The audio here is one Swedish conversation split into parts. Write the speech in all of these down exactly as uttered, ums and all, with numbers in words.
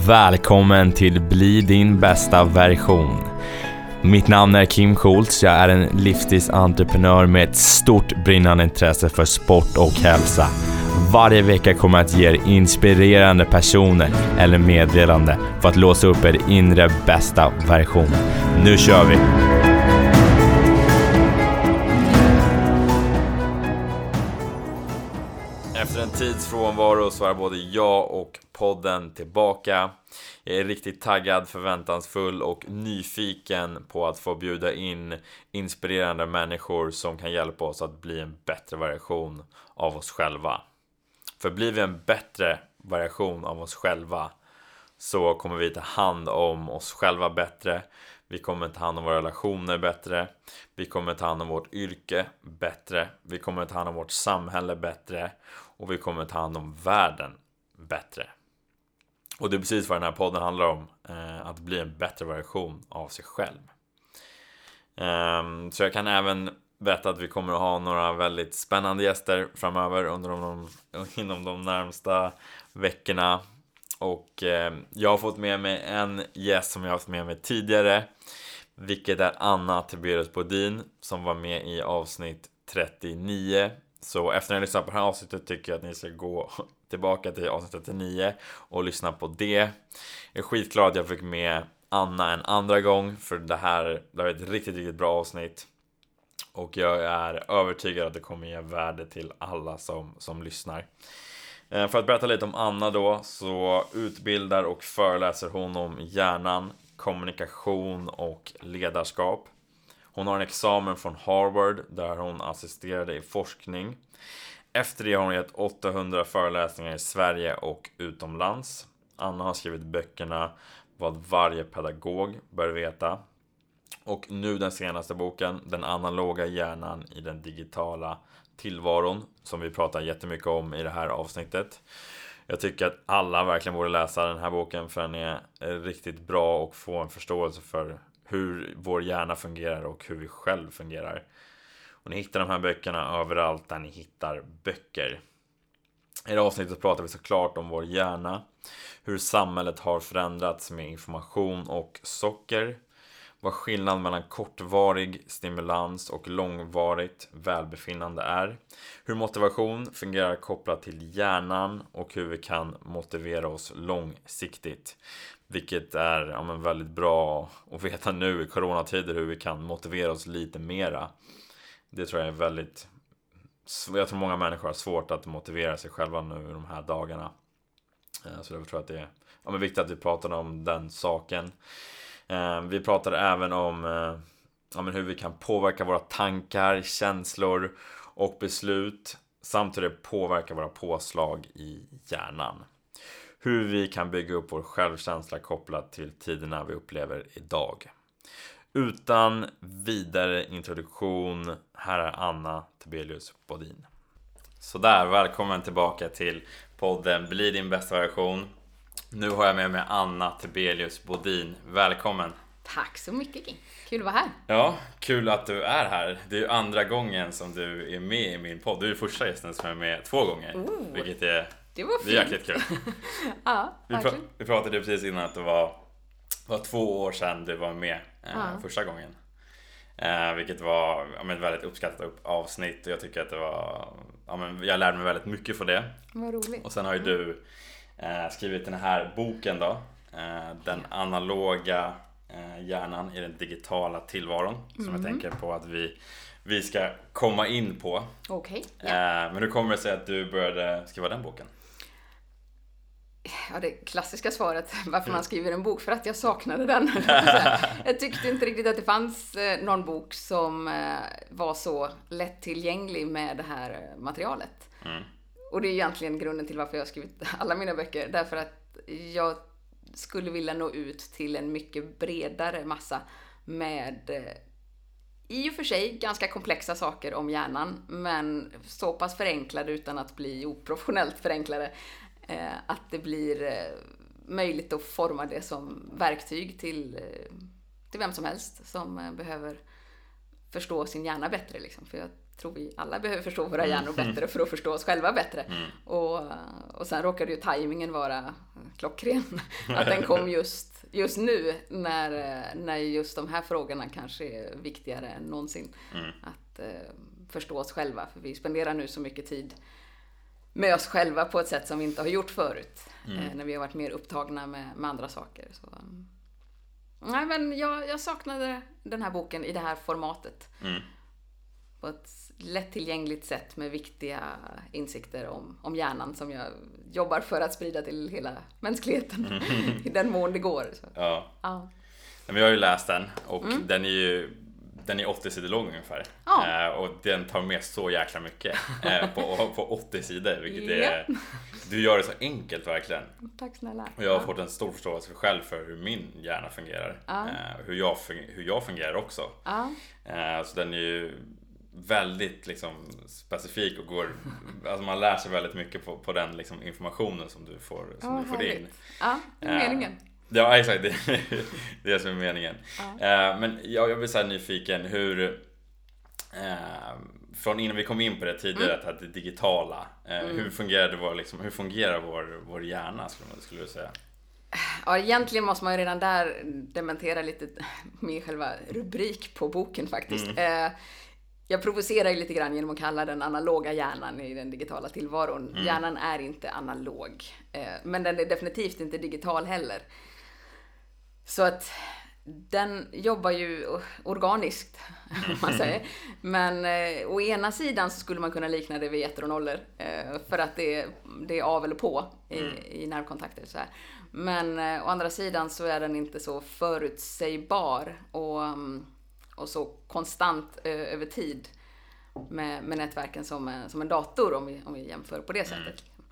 Välkommen till Bli din bästa version. Mitt namn är Kim Schultz. Jag är en livsstilsentreprenör med ett stort brinnande intresse för sport och hälsa. Varje vecka kommer jag att ge er inspirerande personer eller meddelande för att låsa upp er inre bästa version. Nu kör vi! Efter en tids frånvaro så är både jag och podden tillbaka. Jag är riktigt taggad, förväntansfull och nyfiken på att få bjuda in inspirerande människor som kan hjälpa oss att bli en bättre version av oss själva. För blir vi en bättre version av oss själva så kommer vi ta hand om oss själva bättre. Vi kommer ta hand om våra relationer bättre. Vi kommer ta hand om vårt yrke bättre. Vi kommer ta hand om vårt samhälle bättre. Och vi kommer ta hand om världen bättre. Och det är precis vad den här podden handlar om. Eh, att bli en bättre version av sig själv. Eh, så jag kan även berätta att vi kommer att ha några väldigt spännande gäster framöver under de, inom de närmsta veckorna. Och eh, jag har fått med mig en gäst som jag har haft med mig tidigare. Vilket är Anna Tibelius Bodin som var med i avsnitt trettionio. Så efter att ni lyssnat på det här avsnittet tycker jag att ni ska gå tillbaka till avsnitt trettionio och lyssna på det. Jag är skitglad att jag fick med Anna en andra gång, för det här det var ett riktigt, riktigt bra avsnitt. Och jag är övertygad att det kommer ge värde till alla som, som lyssnar. För att berätta lite om Anna då, så utbildar och föreläser hon om hjärnan, kommunikation och ledarskap. Hon har en examen från Harvard där hon assisterade i forskning. Efter det har hon gett åttahundra föreläsningar i Sverige och utomlands. Anna har skrivit böckerna Vad varje pedagog bör veta. Och nu den senaste boken, Den analoga hjärnan i den digitala tillvaron, som vi pratar jättemycket om i det här avsnittet. Jag tycker att alla verkligen borde läsa den här boken, för den är riktigt bra och få en förståelse för hur vår hjärna fungerar och hur vi själv fungerar. Och ni hittar de här böckerna överallt där ni hittar böcker. I det här avsnittet pratar vi såklart om vår hjärna, hur samhället har förändrats med information och socker, vad skillnaden mellan kortvarig stimulans och långvarigt välbefinnande är, hur motivation fungerar kopplat till hjärnan och hur vi kan motivera oss långsiktigt. Vilket är ja, men väldigt bra att veta nu i coronatider, hur vi kan motivera oss lite mera. Det tror jag är väldigt... Jag tror många människor har svårt att motivera sig själva nu i de här dagarna. Så jag tror att det är ja, men viktigt att vi pratar om den saken. Vi pratar även om ja, men hur vi kan påverka våra tankar, känslor och beslut, samt hur det påverkar våra påslag i hjärnan. Hur vi kan bygga upp vår självkänsla kopplat till tiderna vi upplever idag. Utan vidare introduktion, här är Anna Tibelius Bodin. Så där, välkommen tillbaka till podden Bli din bästa version. Nu har jag med mig Anna Tibelius Bodin. Välkommen. Tack så mycket, Kim. Kul att vara här. Ja, kul att du är här. Det är ju andra gången som du är med i min podd. Du är första gästen som är med två gånger. Oh, vilket är, det var fint. Det är jäkligt kul. Ja, vi, pra- vi pratade precis innan att det var, var två år sedan du var med eh, ja. första gången. Eh, vilket var ja, men, ett väldigt uppskattat avsnitt. Och jag tycker att det var... Ja, men, jag lärde mig väldigt mycket för det. Vad roligt. Och sen har ju du eh, skrivit den här boken då. Eh, den analoga eh, hjärnan i den digitala tillvaron. Mm. Som jag tänker på att vi, vi ska komma in på. Okej. Okay. Yeah. Eh, men hur kommer det sig att du började skriva den boken? Ja, det klassiska svaret varför man skriver en bok, för att jag saknade den. Jag tyckte inte riktigt att det fanns någon bok som var så lättillgänglig med det här materialet. Mm. Och det är egentligen grunden till varför jag har skrivit alla mina böcker. Därför att jag skulle vilja nå ut till en mycket bredare massa med i och för sig ganska komplexa saker om hjärnan, men så pass förenklade utan att bli oprofessionellt förenklade. Att det blir möjligt att forma det som verktyg till, till vem som helst som behöver förstå sin hjärna bättre. Liksom. För jag tror vi alla behöver förstå våra hjärnor bättre för att förstå oss själva bättre. Mm. Och, och sen råkade ju tajmingen vara klockren att den kom just, just nu när, när just de här frågorna kanske är viktigare än någonsin. Mm. Att eh, förstå oss själva, för vi spenderar nu så mycket tid med oss själva på ett sätt som vi inte har gjort förut. Mm. Eh, när vi har varit mer upptagna med, med andra saker. Så, um, nej, men jag, jag saknade den här boken i det här formatet. Mm. På ett lättillgängligt sätt med viktiga insikter om, om hjärnan som jag jobbar för att sprida till hela mänskligheten mm. i den mån det går. Så. Ja. Ja. Men vi har ju läst den och mm. den är ju den är åttio sidor lång ungefär. Ja. Eh, och den tar med så jäkla mycket eh, på, på åttio sidor. Vilket ja. är, du gör det så enkelt verkligen. Tack snälla. Och jag har ja. fått en stor förståelse själv för hur min hjärna fungerar. Ja. Eh, hur, jag, hur jag fungerar också. Ja. Eh, så den är ju väldigt liksom specifik och går, alltså man lär sig väldigt mycket på, på den liksom informationen som du får, som ja, du får in. Ja, det är meningen. Ja, exakt. Det är det som är meningen. Ja. Men jag, jag blir så här nyfiken hur eh, från innan vi kom in på det tidigare, mm. att det digitala, eh, mm. hur fungerar vår, liksom, hur fungerar vår, vår hjärna skulle man skulle du säga? Ja, egentligen måste man ju redan där dementera lite med själva rubrik på boken faktiskt. Mm. Eh, Jag provocerar ju lite grann genom att kalla den analoga hjärnan i den digitala tillvaron. Mm. Hjärnan är inte analog, men den är definitivt inte digital heller. Så att den jobbar ju organiskt, om man säger. Men eh, å ena sidan så skulle man kunna likna det vid ettor och nollor. Eh, för att det, det är av eller på i, mm. i nervkontakter. Så här. Men eh, å andra sidan så är den inte så förutsägbar och... Um, och så konstant eh, över tid med, med nätverken som, som en dator om vi, om vi jämför på det sättet. Mm.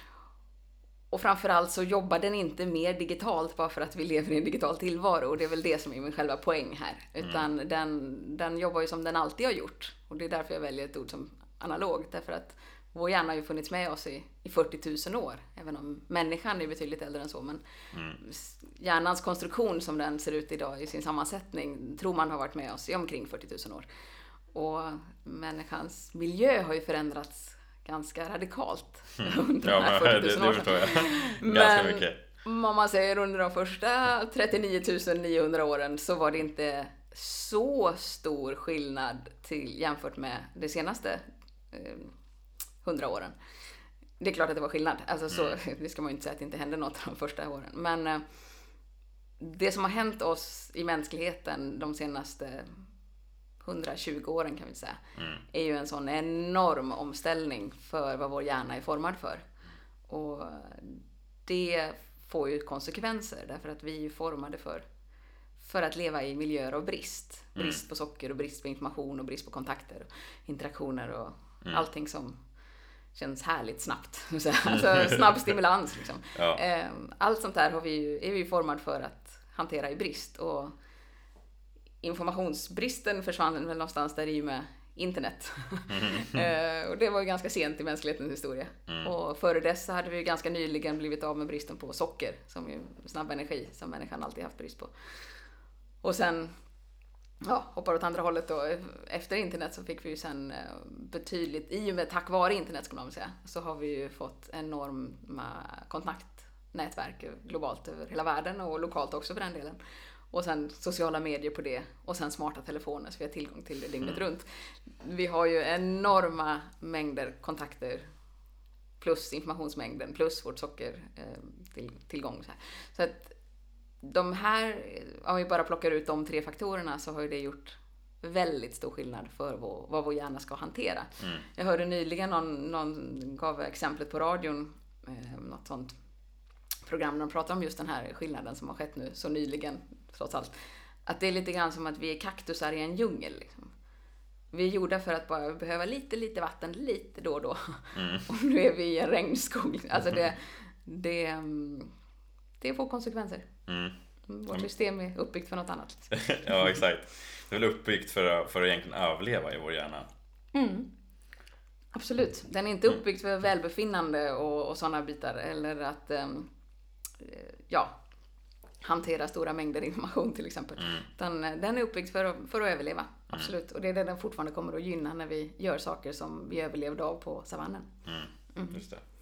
Och framförallt så jobbar den inte mer digitalt bara för att vi lever i en digital tillvaro, och det är väl det som är min själva poäng här. Utan mm. den, den jobbar ju som den alltid har gjort, och det är därför jag väljer ett ord som analog, därför att vår hjärna har ju funnits med oss i, i fyrtio tusen år, även om människan är betydligt äldre än så. Men mm. hjärnans konstruktion som den ser ut idag i sin sammansättning tror man har varit med oss i omkring fyrtio tusen år. Och människans miljö har ju förändrats ganska radikalt mm. under de här fyrtio tusen år sedan. Ganska mycket. Men om man säger under de första trettionio tusen niohundra åren så var det inte så stor skillnad till, jämfört med det senaste eh, hundra åren. Det är klart att det var skillnad. Alltså så, mm. det ska man ju inte säga att det inte hände något de första åren. Men eh, det som har hänt oss i mänskligheten de senaste hundratjugo åren kan vi säga, mm. är ju en sån enorm omställning för vad vår hjärna är formad för. Och det får ju konsekvenser därför att vi är formade för för att leva i miljöer av brist. Brist mm. på socker och brist på information och brist på kontakter, interaktioner och mm. allting som känns härligt snabbt. Alltså snabb stimulans liksom. Ja. Allt sånt där har vi ju, är vi formad för att hantera i brist, och informationsbristen försvann väl någonstans där i med internet. Mm. Och det var ju ganska sent i mänsklighetens historia. Mm. Och före dess hade vi ganska nyligen blivit av med bristen på socker, som ju snabb energi som människan alltid haft brist på. Och sen ja, hoppar åt andra hållet då. Efter internet så fick vi ju sen betydligt, i och med tack vare internet skulle man säga, så har vi ju fått enorma kontaktnätverk globalt över hela världen och lokalt också för den delen. Och sen sociala medier på det, och sen smarta telefoner så vi har tillgång till det dygnet mm. runt. Vi har ju enorma mängder kontakter plus informationsmängden plus vårt socker eh, till, tillgång. Så, här. Så att de här, om vi bara plockar ut de tre faktorerna, så har ju det gjort väldigt stor skillnad för vår, vad vår hjärna ska hantera. Mm. Jag hörde nyligen någon, någon gav exemplet på radion, eh, något sånt program där de pratar om just den här skillnaden som har skett nu så nyligen trots allt. Att det är lite grann som att vi är kaktusar i en djungel. Liksom. Vi är gjorda för att bara behöva lite, lite vatten lite då och då. Mm. Och nu är vi i en regnskog. Alltså det, det, det får konsekvenser. Mm. Vårt system är uppbyggt för något annat. Ja, exakt. Det är väl uppbyggt för att, för att egentligen överleva i vår hjärna. Mm. Absolut. Den är inte uppbyggt för välbefinnande och, och sådana bitar. Eller att um, ja, hantera stora mängder information till exempel. Mm. Utan den är uppbyggd för, för att överleva. Absolut. Mm. Och det är det den fortfarande kommer att gynna när vi gör saker som vi överlevde av på savannen. Mm. Mm. Just det.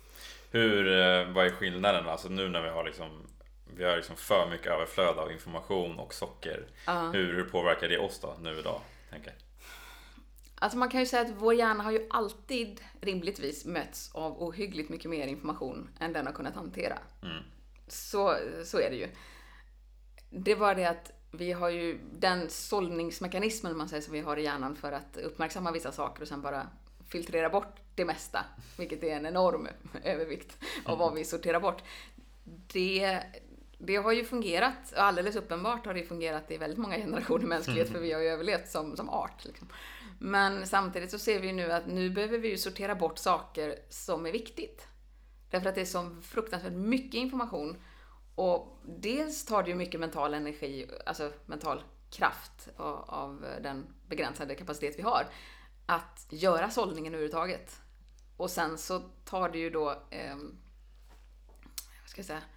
Hur, vad är skillnaden? Alltså nu när vi har liksom vi har liksom för mycket överflöd av information och socker. Uh. Hur, hur påverkar det oss då nu idag, tänker jag? Alltså man kan ju säga att vår hjärna har ju alltid rimligtvis mötts av ohyggligt mycket mer information än den har kunnat hantera. Mm. Så, så är det ju. Det var det att vi har ju den sållningsmekanismen man säger som vi har i hjärnan för att uppmärksamma vissa saker och sen bara filtrera bort det mesta, vilket är en enorm övervikt av vad vi sorterar bort. Det, det har ju fungerat, alldeles uppenbart har det fungerat i väldigt många generationer mänsklighet, för vi har ju överlevt som, som art. Liksom. Men samtidigt så ser vi nu att nu behöver vi ju sortera bort saker som är viktigt. Därför att det är så fruktansvärt mycket information. Och dels tar det ju mycket mental energi, alltså mental kraft av, av den begränsade kapacitet vi har att göra sållningen överhuvudtaget. Och sen så tar det ju då eh, vad ska jag säga,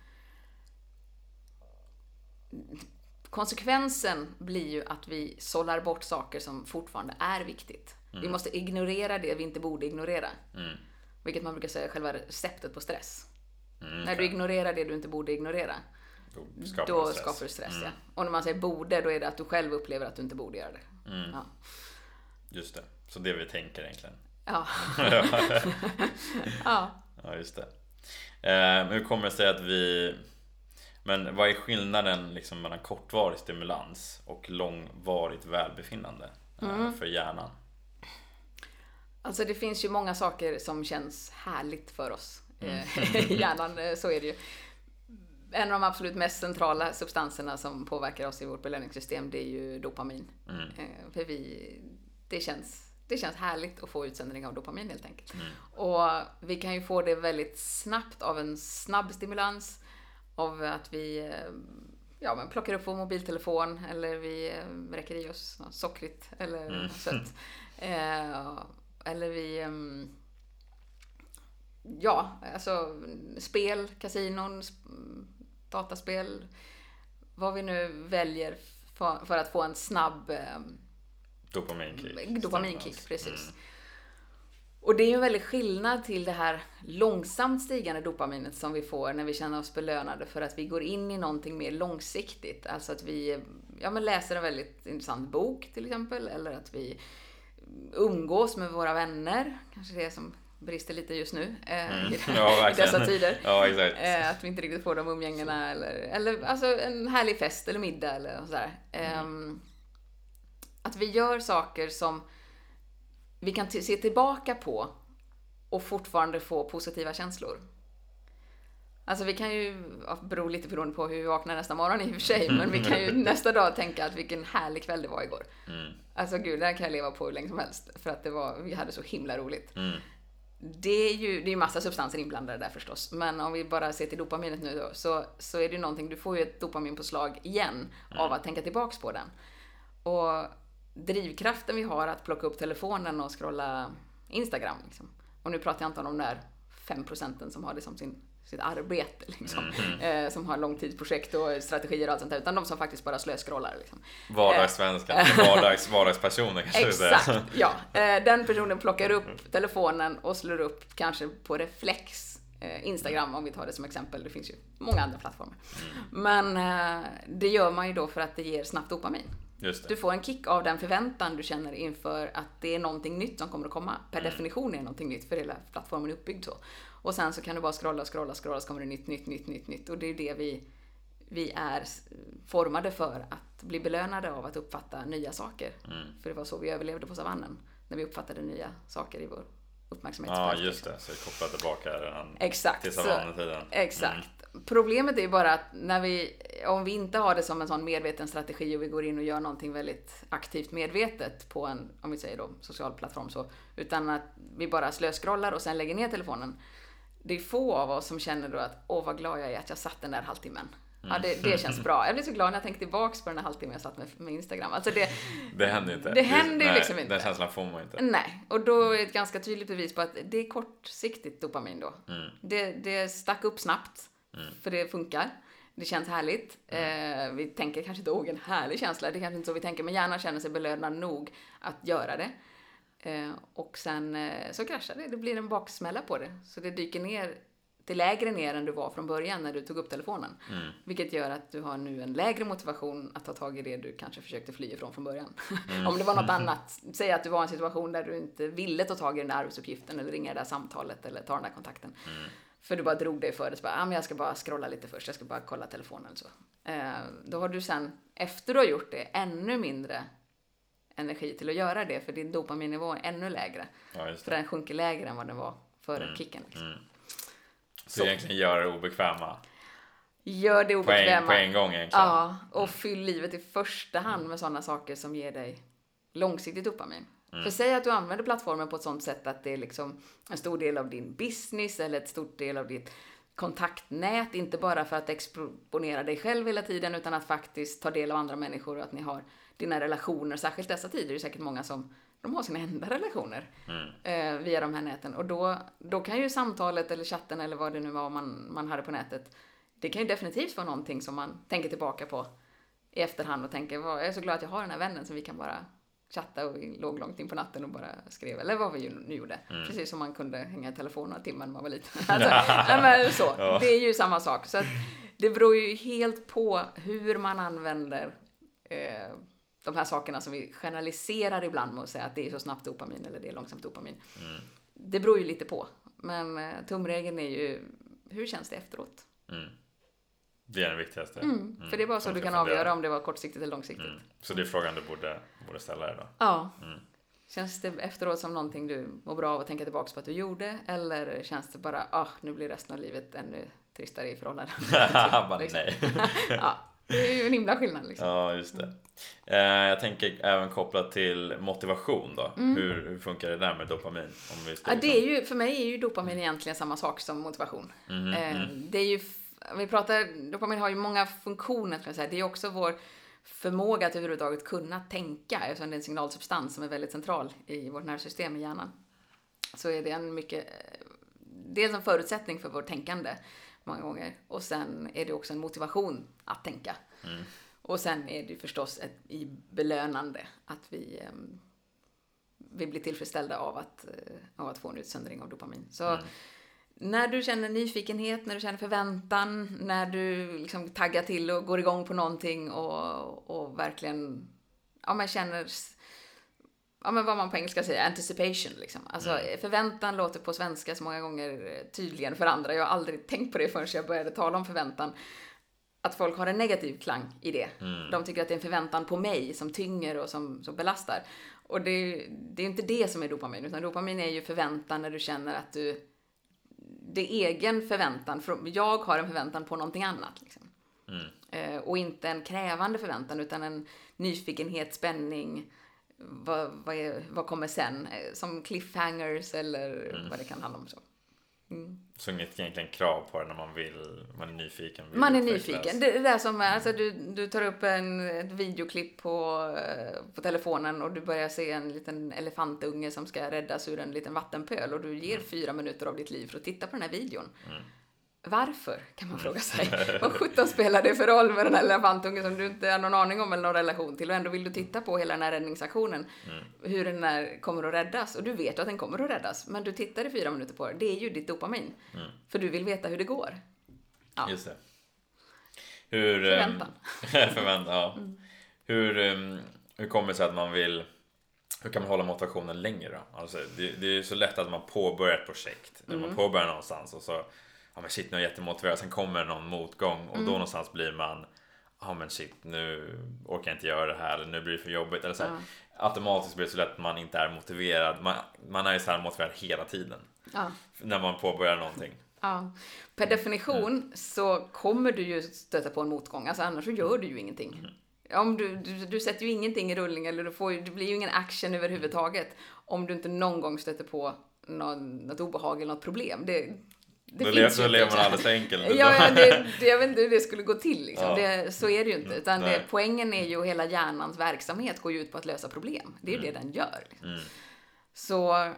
konsekvensen blir ju att vi sållar bort saker som fortfarande är viktigt. Mm. Vi måste ignorera det vi inte borde ignorera. Mm. Vilket man brukar säga är själva receptet på stress. Mm, okay. När du ignorerar det du inte borde ignorera, då skapar, då stress. skapar du stress. Mm. Ja. Och när man säger borde, då är det att du själv upplever att du inte borde göra det. Mm. Ja. Just det. Så det vi tänker egentligen. Ja. ja. Ja, just det. Eh, hur kommer det sig att vi... Men vad är skillnaden liksom mellan kortvarig stimulans och långvarigt välbefinnande eh, mm. för hjärnan? Alltså det finns ju många saker som känns härligt för oss mm. i hjärnan, så är det ju. En av de absolut mest centrala substanserna som påverkar oss i vårt belöningssystem, det är ju dopamin. Mm. För vi, det känns, det känns härligt att få utsöndring av dopamin helt enkelt. Mm. Och vi kan ju få det väldigt snabbt av en snabb stimulans, av att vi ja, men plockar upp vår mobiltelefon eller vi räcker i oss något sockrigt eller mm. sött. Eh, eller vi ja, alltså spel, kasinon, dataspel, vad vi nu väljer för, för att få en snabb eh, dopaminkick. Dopaminkick, precis. Mm. Och det är ju en väldig skillnad till det här långsamt stigande dopaminet som vi får när vi känner oss belönade för att vi går in i någonting mer långsiktigt. Alltså att vi ja, men läser en väldigt intressant bok till exempel, eller att vi umgås med våra vänner, kanske det som brister lite just nu eh, mm. ja, i dessa tider. Ja, exakt. Eh, att vi inte riktigt får de umgängena eller, eller alltså en härlig fest eller middag eller sådär. Mm. Eh, att vi gör saker som vi kan t- se tillbaka på och fortfarande få positiva känslor. Alltså vi kan ju, bero lite beroende på hur vi vaknar nästa morgon i och för sig, men vi kan ju nästa dag tänka att vilken härlig kväll det var igår. Mm. Alltså gud, det här kan jag leva på hur länge som helst, för att det var, vi hade så himla roligt. Mm. Det är ju det är massa substanser inblandade där förstås, men om vi bara ser till dopaminet nu då, så, så är det ju någonting, du får ju ett dopaminpåslag igen mm. av att tänka tillbaks på den. Och drivkraften vi har att plocka upp telefonen och scrolla Instagram liksom. Och nu pratar jag inte om de där fem procenten som har det som sin, sitt arbete liksom. Mm. eh, som har långtidsprojekt och strategier och allt sånt där, utan de som faktiskt bara slöscrollar liksom. Vardagssvenska, eh. vardags, vardagspersoner kanske. Exakt, ja. Eh, den personen plockar upp telefonen och slår upp kanske på reflex eh, Instagram, om vi tar det som exempel. Det finns ju många andra plattformar. Mm. Men eh, det gör man ju då för att det ger snabbt dopamin. Just det. Du får en kick av den förväntan du känner inför att det är någonting nytt som kommer att komma. Per mm. definition är det någonting nytt, för hela plattformen är uppbyggd så. Och sen så kan du bara scrolla, scrolla, scrolla, så kommer det nytt, nytt, nytt, nytt, nytt. Och det är det vi, vi är formade för, att bli belönade av att uppfatta nya saker. Mm. För det var så vi överlevde på savannen, när vi uppfattade nya saker i vår uppmärksamhet. Ja, just det. Så vi kopplar tillbaka den exakt. till savannetiden. Exakt. Mm. Problemet är ju bara att när vi, om vi inte har det som en sån medveten strategi och vi går in och gör någonting väldigt aktivt medvetet på en, om vi säger då, social plattform så, utan att vi bara slöscrollar och sen lägger ner telefonen. Det är få av oss som känner då att åh vad glad jag är att jag satt den där halvtimmen. Ja, det, det känns bra. Jag blir så glad när jag tänker tillbaks på den här halvtimmen jag satt med, med Instagram. Alltså det, det händer inte. Det händer ju liksom inte. Den känslan får man inte. Nej, och då är det ett ganska tydligt bevis på att det är kortsiktigt dopamin då. Mm. Det, det stack upp snabbt, mm. för det funkar. Det känns härligt. Mm. Eh, vi tänker kanske inte ihåg en härlig känsla. Det är kanske inte så vi tänker, men hjärnan känner sig belönad nog att göra det. Eh, och sen eh, så kraschar det. Det blir en baksmälla på det. Så det dyker ner till lägre ner än du var från början när du tog upp telefonen. Mm. Vilket gör att du har nu en lägre motivation att ta tag i det du kanske försökte fly ifrån från början. Mm. Om det var något annat, säg att du var i en situation där du inte ville ta tag i den där arbetsuppgiften eller ringa det där samtalet eller ta den där kontakten. Mm. För du bara drog dig för det, så bara, ah, men jag ska bara scrolla lite först, jag ska bara kolla telefonen eller så. Eh, då har du sen, efter du har gjort det, ännu mindre energi till att göra det, för din dopaminnivå är ännu lägre. Ja, just det. För den sjunker lägre än vad den var före Mm. kicken. Liksom. Mm. Så, så egentligen gör det obekväma. Gör det obekväma. På en, på en gång egentligen. Ja, och mm. fyll livet i första hand med sådana saker som ger dig långsiktigt dopamin. Mm. För säg att du använder plattformen på ett sånt sätt att det är liksom en stor del av din business eller ett stort del av ditt kontaktnät, inte bara för att exponera dig själv hela tiden utan att faktiskt ta del av andra människor och att ni har dina relationer, särskilt dessa tider är det säkert många som de har sina enda relationer mm. eh, via de här näten och då, då kan ju samtalet eller chatten eller vad det nu var man, man hade på nätet, det kan ju definitivt vara någonting som man tänker tillbaka på i efterhand och tänker, jag är så glad att jag har den här vännen som vi kan bara chatta och vi låg långt in på natten och bara skrev, eller vad vi ju nu gjorde. Mm. Precis som man kunde hänga i telefon några timmar när man var liten. Alltså, men så, ja. Det är ju samma sak. Så att det beror ju helt på hur man använder eh, de här sakerna som vi generaliserar ibland med att säga att det är så snabbt dopamin eller det är långsamt dopamin. Mm. Det beror ju lite på. Men eh, tumregeln är ju, hur känns det efteråt? Mm. Det är den viktigaste. Mm, mm. För det är bara så du kan fundera. Avgöra om det var kortsiktigt eller långsiktigt. Mm. Så det är frågan du borde, borde ställa dig då? Ja. Mm. Känns det efteråt som någonting du mår bra av att tänka tillbaka på att du gjorde? Eller känns det bara, ah, nu blir resten av livet ännu tristare i förhållande? Bara liksom. Nej. Ja, det är ju en himla skillnad liksom. Ja, just det. Eh, jag tänker även kopplat till motivation då. Mm. Hur, hur funkar det där med dopamin? Om vi ska ja, det är ju, för mig är ju dopamin egentligen samma sak som motivation. Mm. Eh, det är ju Vi pratar, dopamin har ju många funktioner kan jag säga. Det är också vår förmåga att överhuvudtaget kunna tänka. Eftersom det är en signalsubstans som är väldigt central i vårt nervsystem i hjärnan. Så är det en mycket, dels en förutsättning för vårt tänkande många gånger. Och sen är det också en motivation att tänka. Mm. Och sen är det förstås ett i belönande att vi, vi blir tillfredsställda av att, av att få en utsöndring av dopamin. Så mm. när du känner nyfikenhet, när du känner förväntan, när du liksom taggar till och går igång på någonting och, och verkligen ja, man känner ja, men vad man på engelska säger, anticipation liksom. Alltså mm. förväntan låter på svenska så många gånger tydligen för andra. Jag har aldrig tänkt på det förrän jag började tala om förväntan. Att folk har en negativ klang i det. Mm. De tycker att det är en förväntan på mig som tynger och som, som belastar. Och det, det är inte det som är dopamin, utan dopamin är ju förväntan när du känner att du det är egen förväntan. Jag har en förväntan på någonting annat. Liksom. Mm. Eh, och inte en krävande förväntan utan en nyfikenhet, spänning. Vad, vad, är, vad kommer sen? Eh, som cliffhangers eller mm. vad det kan handla om. Så. Mm. Så inget egentligen krav på det när man vill, man är nyfiken. Vill man är nyfiken. Det är det som är, alltså du, du tar upp en, ett videoklipp på, på telefonen och du börjar se en liten elefantunge som ska räddas ur en liten vattenpöl och du ger mm. fyra minuter av ditt liv för att titta på den här videon. Mm. Varför, kan man fråga sig. Vad sjutton spelar det för roll med den här elefantungen som du inte har någon aning om eller någon relation till och ändå vill du titta på hela den här räddningsaktionen. Mm. Hur den här kommer att räddas. Och du vet att den kommer att räddas. Men du tittar i fyra minuter på det. Det är ju ditt dopamin. Mm. För du vill veta hur det går. Ja. Just det. Hur, förväntan. Um, förväntan, ja. Mm. Hur, um, hur kommer det sig att man vill... Hur kan man hålla motivationen längre då? Alltså, det, det är ju så lätt att man påbörjar ett projekt. Mm. Man påbörjar någonstans och så... Ja men shit, nu är jag jättemotiverad. Sen kommer någon motgång och mm. då någonstans blir man ja men shit, nu orkar jag inte göra det här eller nu blir det för jobbigt eller så här. Ja. Automatiskt blir det så lätt att man inte är motiverad. Man, man är ju så här motiverad hela tiden. Ja. När man påbörjar någonting. Ja. Per definition mm. så kommer du ju stöta på en motgång. Alltså annars så gör du ju ingenting. Mm. Om du, du, du sätter ju ingenting i rullning eller du får, det blir ju ingen action överhuvudtaget om du inte någon gång stöter på någon, något obehag eller något problem. Det Det då lever, lever man alldeles enkelt. Ja, ja det, det, jag vet inte hur det skulle gå till. Liksom. Ja. Det, så är det ju inte. Utan det, poängen är ju hela hjärnans verksamhet går ju ut på att lösa problem. Det är ju mm. det den gör. Liksom. Mm. Så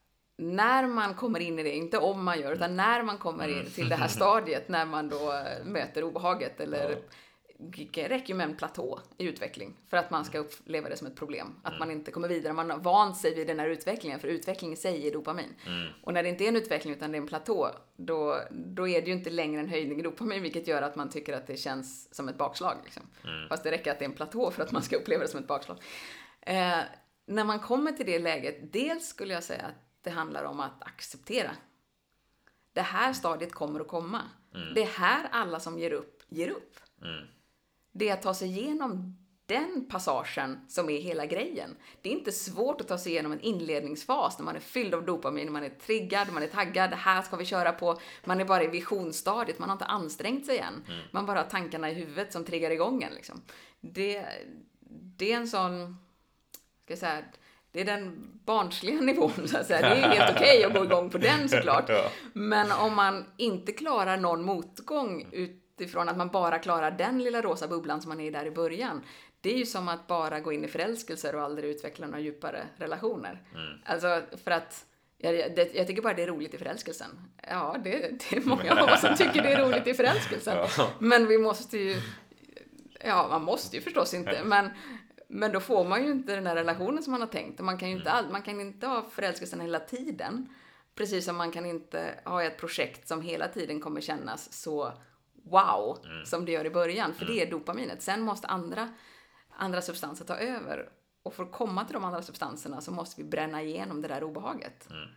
när man kommer in i det, inte om man gör, utan när man kommer in till det här stadiet, när man då möter obehaget eller ja. det räcker med en platå i utveckling för att man ska uppleva det som ett problem. Att man inte kommer vidare. Man har vant sig vid den här utvecklingen, för utveckling i sig är dopamin. Mm. Och när det inte är en utveckling utan det är en platå, då, då är det ju inte längre en höjning i dopamin, vilket gör att man tycker att det känns som ett bakslag. Liksom. Mm. Fast det räcker att det är en platå för att man ska uppleva det som ett bakslag. Eh, när man kommer till det läget, dels skulle jag säga att det handlar om att acceptera. Det här stadiet kommer att komma. Mm. Det är här alla som ger upp, ger upp. Mm. Det är att ta sig igenom den passagen som är hela grejen. Det är inte svårt att ta sig igenom en inledningsfas när man är fylld av dopamin, man är triggad, man är taggad, det här ska vi köra på. Man är bara i visionsstadiet, man har inte ansträngt sig än. Mm. Man bara har tankarna i huvudet som triggar igång en. Liksom. Det, det är en sån, ska jag säga, det är den barnsliga nivån, så att säga. Det är helt okej att gå igång på den såklart. Ja. Men om man inte klarar någon motgång utifrån att man bara klarar den lilla rosa bubblan som man är där i början. Det är ju som att bara gå in i förälskelser och aldrig utveckla några djupare relationer. Mm. Alltså för att, jag, det, jag tycker bara det är roligt i förälskelsen. Ja, det, det är många av oss som tycker det är roligt i förälskelsen. Ja. Men vi måste ju, ja man måste ju förstås inte, men Men då får man ju inte den här relationen som man har tänkt. Och man kan ju inte, all, man kan inte ha förälskelsen hela tiden. Precis som man kan inte ha ett projekt som hela tiden kommer kännas så wow mm. som det gör i början. För mm. det är dopaminet. Sen måste andra, andra substanser ta över. Och för att komma till de andra substanserna så måste vi bränna igenom det där obehaget. Mm.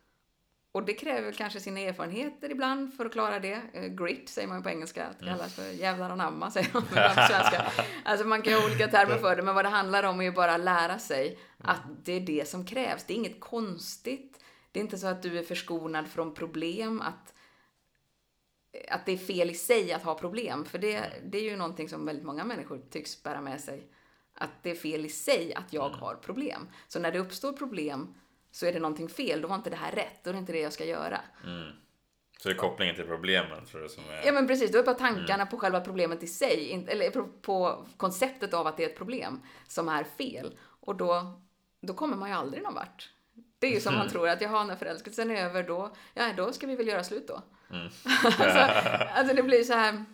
Och det kräver kanske sina erfarenheter ibland för att klara det. Grit säger man på engelska, att det kallas för jävlar anamma, säger man på svenska. Alltså man kan ha olika termer för det, men vad det handlar om är ju bara att lära sig att det är det som krävs. Det är inget konstigt. Det är inte så att du är förskonad från problem, att, att det är fel i sig att ha problem. För det, det är ju någonting som väldigt många människor tycks bära med sig. Att det är fel i sig att jag har problem. Så när det uppstår problem så är det någonting fel, då var inte det här rätt, då är det inte det jag ska göra. Mm. Så det är kopplingen till problemen, tror du, som är... Ja, men precis, då är bara tankarna mm. på själva problemet i sig, eller på, på konceptet av att det är ett problem som är fel. Och då, då kommer man ju aldrig någon vart. Det är ju som mm. man tror att, jaha, när förälskelsen är över, då, ja, då ska vi väl göra slut då. Mm. alltså, alltså det blir så här,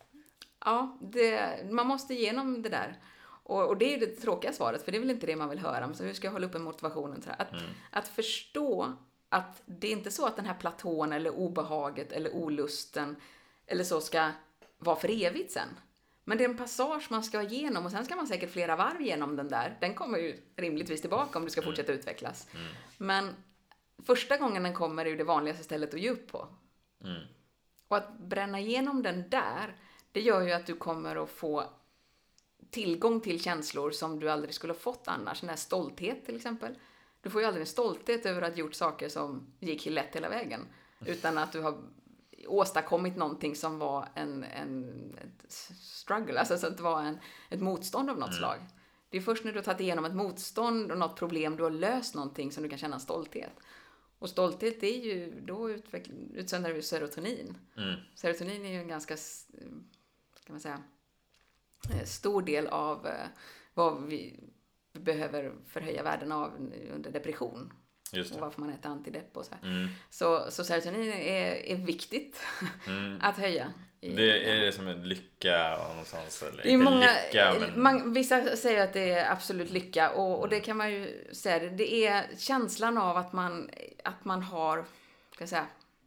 ja, det, man måste igenom det där. Och, och det är ju det tråkiga svaret, för det är väl inte det man vill höra. Så hur ska jag hålla uppe motivationen? Så här? Att, mm. att förstå att det är inte så att den här platån eller obehaget eller olusten eller så ska vara för evigt sen. Men det är en passage man ska igenom, och sen ska man säkert flera varv genom den där. Den kommer ju rimligtvis tillbaka om du ska fortsätta mm. utvecklas. Mm. Men första gången den kommer är ju det vanligaste stället att ge upp på. Mm. Och att bränna igenom den där, det gör ju att du kommer att få tillgång till känslor som du aldrig skulle ha fått annars. Den här stolthet till exempel. Du får ju aldrig en stolthet över att ha gjort saker som gick lätt hela vägen. Utan att du har åstadkommit någonting som var en, en ett struggle. Alltså så att det var en, ett motstånd av något mm. slag. Det är först när du har tagit igenom ett motstånd och något problem, du har löst någonting som du kan känna stolthet. Och stolthet är ju, då utsöndrar du serotonin. Mm. Serotonin är ju en ganska, ska man säga, stor del av vad vi behöver förhöja värdena av under depression. Just det. Och varför man äter antidepp och så här. Mm. Så, så serotonin är, är viktigt mm. att höja. I, det är det som en lycka någonstans? Eller? Det är många, lycka, men... man, vissa säger att det är absolut lycka. Och, och det kan man ju säga. Det är känslan av att man, att man har, ska jag säga,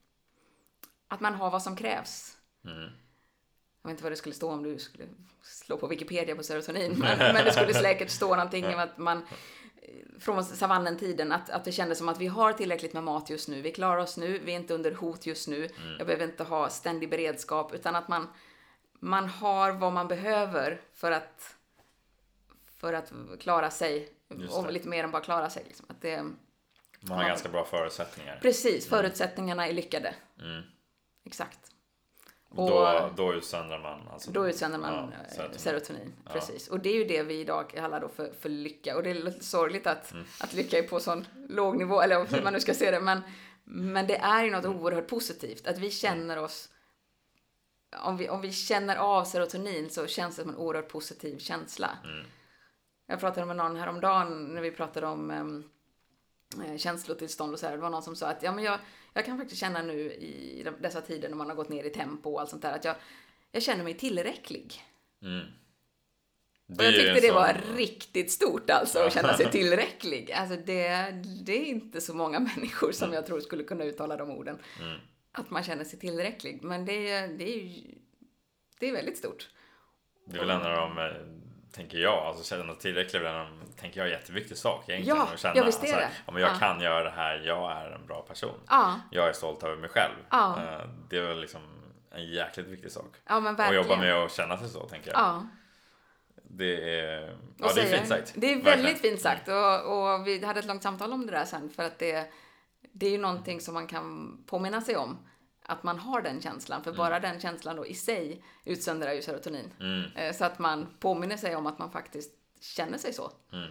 att man har vad som krävs. Mm. Jag vet inte vad det skulle stå om du skulle slå på Wikipedia på serotonin. Men, men det skulle säkert stå någonting om att man från savannen-tiden, att, att det kändes som att vi har tillräckligt med mat just nu. Vi klarar oss nu, vi är inte under hot just nu. Mm. Jag behöver inte ha ständig beredskap, utan att man, man har vad man behöver för att, för att klara sig. Och lite mer än bara klara sig. Liksom. Att det, man har man, ganska bra förutsättningar. Precis, förutsättningarna är lyckade. Mm. Exakt. Och då, då utsöndrar man alltså, då utsöndrar man ja, serotonin, serotonin ja. Precis. Och det är ju det vi idag kallar då för, för lycka. Och det är lite sorgligt att, mm. att lycka är på sån låg nivå, eller hur man nu ska se det. Men, men det är ju något oerhört positivt. Att vi känner oss, om vi, om vi känner av serotonin, så känns det som en oerhört positiv känsla. Mm. Jag pratade med någon häromdagen när vi pratade om um, känslotillstånd och så här. Det var någon som sa att ja, men jag, jag kan faktiskt känna nu i dessa tider när man har gått ner i tempo och allt sånt där, att jag, jag känner mig tillräcklig. Mm. Och jag tyckte det sån... var riktigt stort alltså, att känna sig tillräcklig. Alltså det, det är inte så många människor som mm. jag tror skulle kunna uttala de orden. Mm. Att man känner sig tillräcklig. Men det, det är ju det är väldigt stort. Det är väl en av de, tänker jag, alltså känna tillräcklig är en, tänker jag, jätteviktig sak egentligen. Ja, att känna, jag visste det. Alltså, ja, men jag ja. kan göra det här, jag är en bra person. Ja. Jag är stolt över mig själv. Ja. Det är väl liksom en jäkligt viktig sak. Ja, men verkligen. Och jobba med att känna sig så, tänker jag. Ja. Det är, ja, det är fint sagt. Det är väldigt verkligen. fint sagt. Och, och vi hade ett långt samtal om det där sen. För att det, det är ju någonting som man kan påminna sig om. Att man har den känslan. För mm. bara den känslan då i sig utsöndrar ju serotonin. Mm. Så att man påminner sig om att man faktiskt känner sig så. Mm.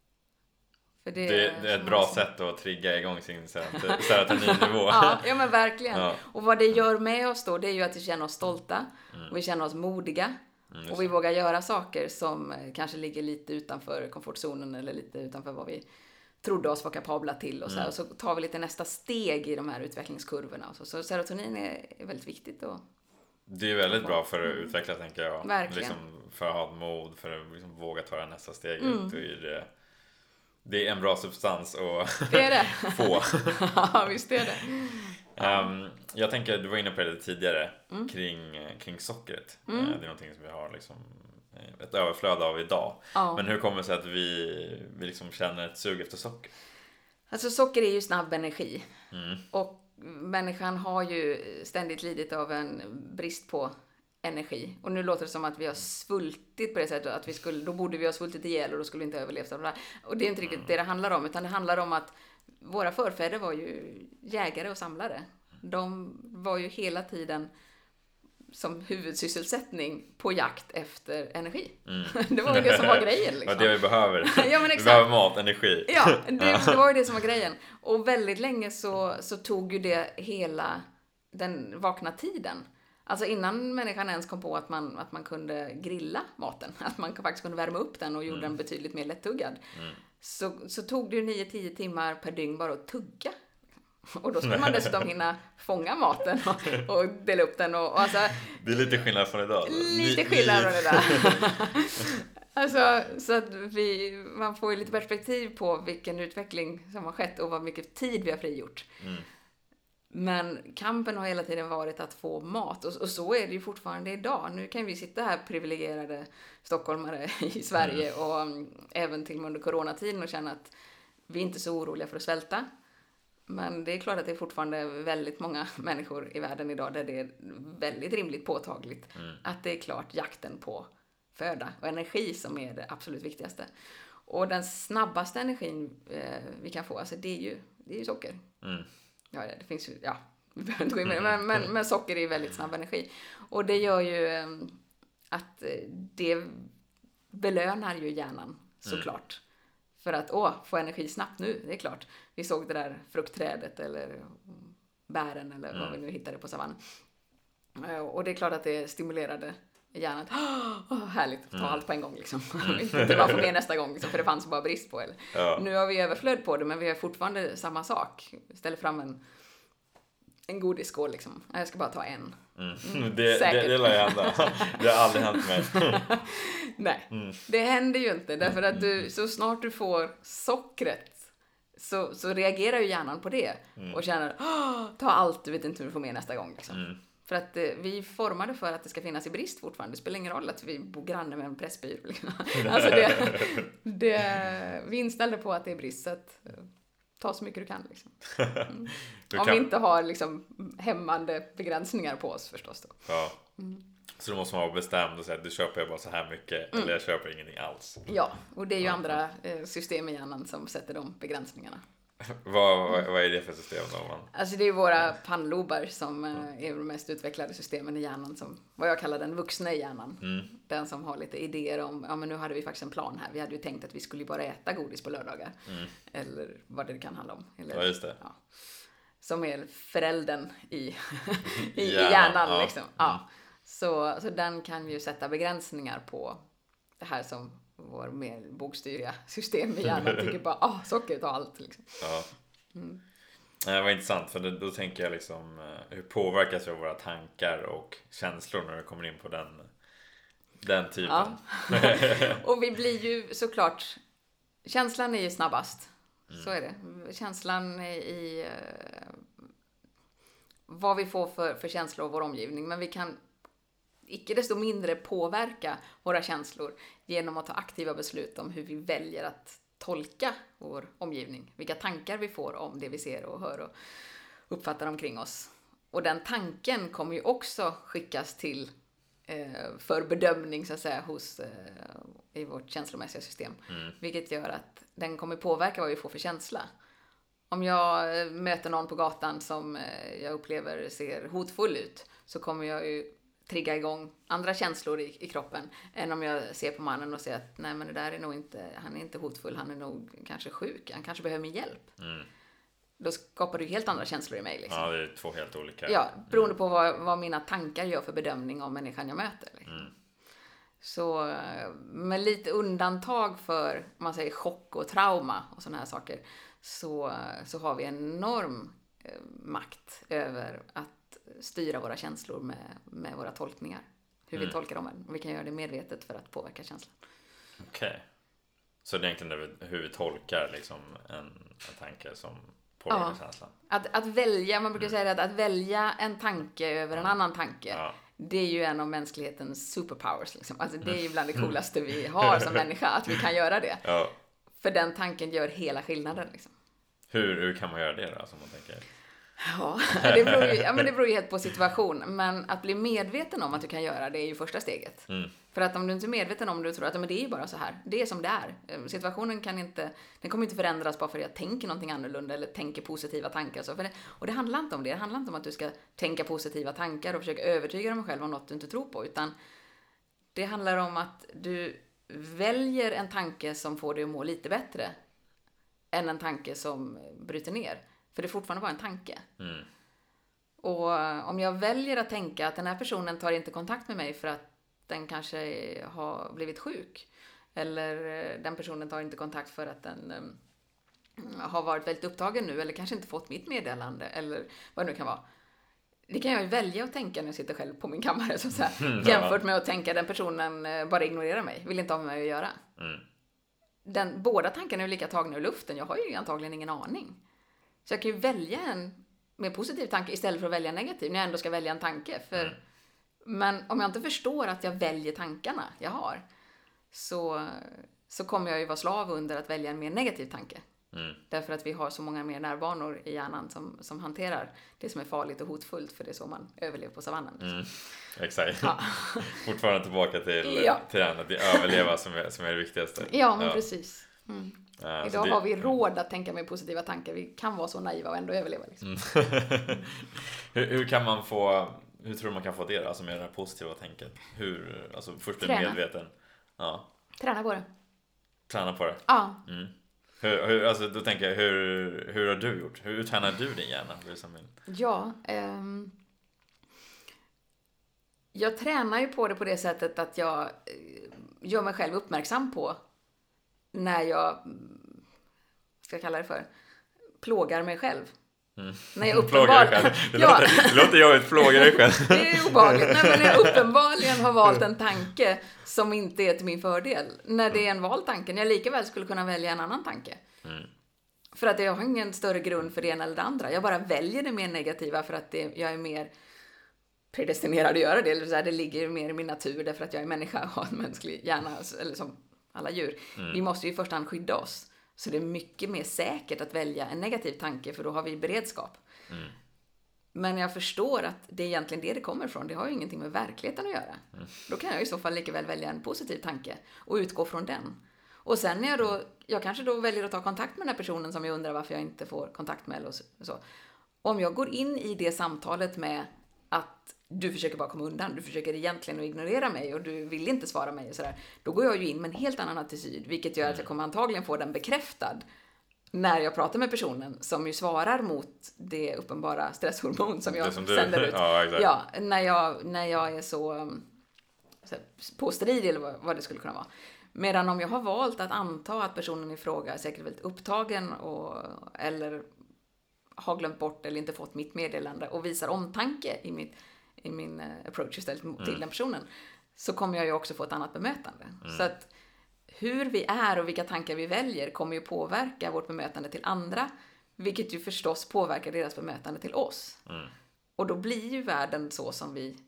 För det, det, det är ett bra sätt att trigga igång sin serotoninnivå. ja, ja, men verkligen. Ja. Och vad det gör med oss då, det är ju att vi känner oss stolta. Mm. Och vi känner oss modiga. Mm, och vi vågar göra saker som kanske ligger lite utanför komfortzonen. Eller lite utanför vad vi trodde oss vara kapabla till. Och så, mm. och så tar vi lite nästa steg i de här utvecklingskurvorna. Och så. så serotonin är, är väldigt viktigt. Och det är väldigt bra för att utveckla, tänker jag. Verkligen. Liksom för att ha mod, för att liksom våga ta nästa steg mm. ut ur det. Det är en bra substans att det är det. få. Ja, visst är det. Um, jag tänker, du var inne på det tidigare mm. kring, kring sockret. Mm. Det är någonting som vi har liksom ett överflöd av idag. Ja. Men hur kommer det sig att vi, vi liksom känner ett sug efter socker? Alltså socker är ju snabb energi. Mm. Och människan har ju ständigt lidit av en brist på energi. Och nu låter det som att vi har svultit på det sättet. Att vi skulle, då borde vi ha svultit ihjäl och då skulle vi inte överlevt av det där. Och det är inte riktigt mm. det det handlar om. Utan det handlar om att våra förfäder var ju jägare och samlare. De var ju hela tiden som huvudsysselsättning på jakt efter energi. Mm. Det var ju det som var grejen. Liksom. Ja, det vi behöver. Ja, men exakt. Vi behöver mat, energi. Ja, det, det var ju det som var grejen. Och väldigt länge så, så tog ju det hela den vakna tiden. Alltså innan människan ens kom på att man, att man kunde grilla maten. Att man faktiskt kunde värma upp den och gjorde mm. den betydligt mer lättuggad. Mm. Så, så tog det ju nio till tio timmar per dygn bara att tugga. Och då skulle man dessutom hinna fånga maten och, och dela upp den. Och, och alltså, det är lite skillnad från idag. Lite skillnad från idag. Alltså, så att vi, man får ju lite perspektiv på vilken utveckling som har skett och vad mycket tid vi har frigjort. Mm. Men kampen har hela tiden varit att få mat. Och, och så är det ju fortfarande idag. Nu kan vi sitta här privilegierade stockholmare i Sverige mm. och um, även till under coronatiden och känna att vi är inte så oroliga för att svälta. Men det är klart att det är fortfarande väldigt många människor i världen idag där det är väldigt rimligt påtagligt mm. att det är klart jakten på föda och energi som är det absolut viktigaste. Och den snabbaste energin eh, vi kan få, alltså det är ju, det är ju socker. Mm. Ja, det finns ju, ja, vi behöver inte gå in med det, men, men, men socker är ju väldigt snabb energi. Och det gör ju eh, att det belönar ju hjärnan såklart. Mm. För att, åh, få energi snabbt nu, det är klart. Vi såg det där fruktträdet eller bären eller mm. vad vi nu hittade på savannen. Och det är klart att det stimulerade hjärnan. Åh, härligt att ta mm. allt på en gång liksom. Mm. Inte bara få med nästa gång liksom, för det fanns bara brist på det. Ja. Nu har vi överflöd på det, men vi har fortfarande samma sak. Ställer fram en, en godisskål liksom. Jag ska bara ta en. Mm. Mm, det, det, det lär jag hända. Det har aldrig hänt mig. Nej, mm. det händer ju inte. Därför att du, så snart du får sockret så, så reagerar ju hjärnan på det. Mm. Och känner, ta allt, du vet inte hur du får med nästa gång. Liksom. Mm. För att eh, vi formade för att det ska finnas i brist fortfarande. Det spelar ingen roll att vi bor granne med en pressbyrå. Liksom. Alltså det, det, vi inställde på att det är brist, så att ta så mycket du kan. Liksom. Mm. Du Om kan... vi inte har liksom, hämmande begränsningar på oss förstås. Då. Ja. Mm. Så då måste man vara bestämd och säga att du köper bara så här mycket mm. eller jag köper ingenting alls. Ja, och det är ju andra eh, system i hjärnan som sätter de begränsningarna. vad, vad, vad är det för system då? Man? Alltså det är våra pannlobar som eh, är de mest utvecklade systemen i hjärnan, som vad jag kallar den vuxna i hjärnan. Mm. Den som har lite idéer om, ja men nu hade vi faktiskt en plan här. Vi hade ju tänkt att vi skulle bara äta godis på lördagar. Mm. Eller vad det kan handla om. Eller, ja, just det. Ja. Som är föräldern i, i, i hjärnan. Ja. Liksom. Ja. Så, så den kan ju sätta begränsningar på det här som vår mer bokstyriga system i hjärnan tycker bara, ah, socker tar allt. Liksom. Ja. Mm. Det var intressant, för då, då tänker jag liksom, hur påverkas av våra tankar och känslor när det kommer in på den Den typen. Ja. Och vi blir ju såklart, känslan är ju snabbast. Mm. Så är det. Känslan i uh, vad vi får för, för känslor av vår omgivning. Men vi kan icke desto mindre påverka våra känslor genom att ta aktiva beslut om hur vi väljer att tolka vår omgivning. Vilka tankar vi får om det vi ser och hör och uppfattar omkring oss. Och den tanken kommer ju också skickas till eh, för bedömning så att säga hos, eh, i vårt känslomässiga system. Mm. Vilket gör att den kommer påverka vad vi får för känsla. Om jag möter någon på gatan som jag upplever ser hotfull ut, så kommer jag ju trigga igång andra känslor i, i kroppen än om jag ser på mannen och säger att nej, men det där är nog inte, han är inte hotfull, han är nog kanske sjuk, han kanske behöver min hjälp. Mm. Då skapar du helt andra känslor i mig. Liksom. Ja, det är två helt olika. Ja, beroende på vad, vad mina tankar gör för bedömning av människan jag möter. Liksom. Mm. Så med lite undantag för, om man säger chock och trauma och sådana här saker, så, så har vi enorm eh, makt över att styra våra känslor med, med våra tolkningar. Hur mm. vi tolkar dem. Och vi kan göra det medvetet för att påverka känslan. Okej. Okay. Så det är egentligen hur vi tolkar liksom en, en tanke som påverkar ja. känslan? Att, att välja, man brukar mm. säga att att välja en tanke över en mm. annan tanke. Ja. Det är ju en av mänsklighetens superpowers. Liksom. Alltså, det är ju bland det coolaste vi har som människa, att vi kan göra det. Ja. För den tanken gör hela skillnaden. Liksom. Hur, hur kan man göra det då, som man tänker? Ja, det beror ju, ja, men det beror ju helt på situation. Men att bli medveten om att du kan göra det är ju första steget. Mm. För att om du inte är medveten om det, du tror att men det är ju bara så här. Det är som det är. Situationen kan inte, den kommer inte förändras bara för att jag tänker någonting annorlunda eller tänker positiva tankar. Så för det, och det handlar inte om det. Det handlar inte om att du ska tänka positiva tankar och försöka övertyga dig själv om något du inte tror på. Utan det handlar om att du väljer en tanke som får dig att må lite bättre än en tanke som bryter ner. För det är fortfarande bara en tanke. Mm. Och om jag väljer att tänka att den här personen tar inte kontakt med mig för att den kanske har blivit sjuk. Eller den personen tar inte kontakt för att den um, har varit väldigt upptagen nu. Eller kanske inte fått mitt meddelande. Eller vad det nu kan vara. Det kan jag ju välja att tänka när jag sitter själv på min kammare. Så att säga, jämfört med att tänka att den personen bara ignorerar mig. Vill inte ha med mig att göra. Mm. Den, båda tankarna är ju lika tagna ur luften. Jag har ju antagligen ingen aning. Så jag kan ju välja en mer positiv tanke istället för att välja en negativ. När jag ändå ska välja en tanke. För, mm. Men om jag inte förstår att jag väljer tankarna jag har. Så, så kommer jag ju vara slav under att välja en mer negativ tanke. Mm. Därför att vi har så många mer nervbanor i hjärnan som, som hanterar det som är farligt och hotfullt. För det är så man överlever på savannen. Mm. Exakt. Ja. Fortfarande tillbaka till, ja. till den. Att det är överleva som är, som är det viktigaste. Ja, men ja. precis. Mm. Ja, idag det, har vi råd att tänka med positiva tankar. Vi kan vara så naiva och ändå överleva. Liksom. Mm. hur, hur kan man få, hur tror du man kan få det då, alltså med det här positiva tänket? Hur, alltså först bli medveten. Ja. Träna på det. Träna på det? Ja. Mm. Hur, hur, alltså då tänker jag, hur, hur har du gjort? Hur tränar du din hjärna? Ja, um, jag tränar ju på det på det sättet att jag uh, gör mig själv uppmärksam på när jag, ska jag kalla det för, plågar mig själv. Mm. När jag uppenbarligen... Det, ja. låter, det låter jobbigt, plågar dig själv. Det är obehagligt. Nej, men när jag uppenbarligen har valt en tanke som inte är till min fördel. När det är en vald tanke, när jag lika väl skulle kunna välja en annan tanke. Mm. För att jag har ingen större grund för det ena eller det andra. Jag bara väljer det mer negativa för att det, jag är mer predestinerad att göra det. Eller så här, det ligger mer i min natur därför att jag är människa och har en mänsklig hjärna, eller som alla djur. Mm. Vi måste ju i första hand skydda oss. Så det är mycket mer säkert att välja en negativ tanke, för då har vi beredskap. Mm. Men jag förstår att det är egentligen det det kommer ifrån. Det har ju ingenting med verkligheten att göra. Mm. Då kan jag i så fall lika väl välja en positiv tanke och utgå från den. Och sen när jag då, jag kanske då väljer att ta kontakt med den här personen som jag undrar varför jag inte får kontakt med. Eller så. Om jag går in i det samtalet med att du försöker bara komma undan, du försöker egentligen att ignorera mig och du vill inte svara mig och sådär, då går jag ju in med en helt annan attityd, vilket gör att jag kommer antagligen få den bekräftad när jag pratar med personen som ju svarar mot det uppenbara stresshormon som jag som sänder ut. Ja, exakt. Ja, när jag, när jag är så, så påstridig eller vad, vad det skulle kunna vara. Medan om jag har valt att anta att personen i fråga är säkert väldigt upptagen och, eller har glömt bort eller inte fått mitt meddelande och visar omtanke i, mitt, i min approach istället till mm. den personen, så kommer jag ju också få ett annat bemötande. Mm. Så att hur vi är och vilka tankar vi väljer kommer ju påverka vårt bemötande till andra, vilket ju förstås påverkar deras bemötande till oss. Mm. Och då blir ju världen så som vi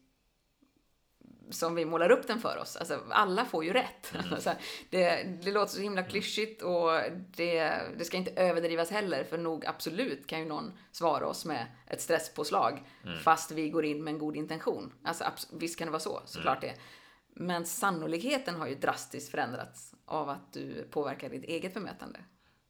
som vi målar upp den för oss. Alltså, alla får ju rätt. Mm. Alltså, det, det låter så himla klyschigt och det, det ska inte överdrivas heller, för nog absolut kan ju någon svara oss med ett stresspåslag mm. fast vi går in med en god intention. Alltså, visst kan det vara så, såklart mm. det. Men sannolikheten har ju drastiskt förändrats av att du påverkar ditt eget bemötande.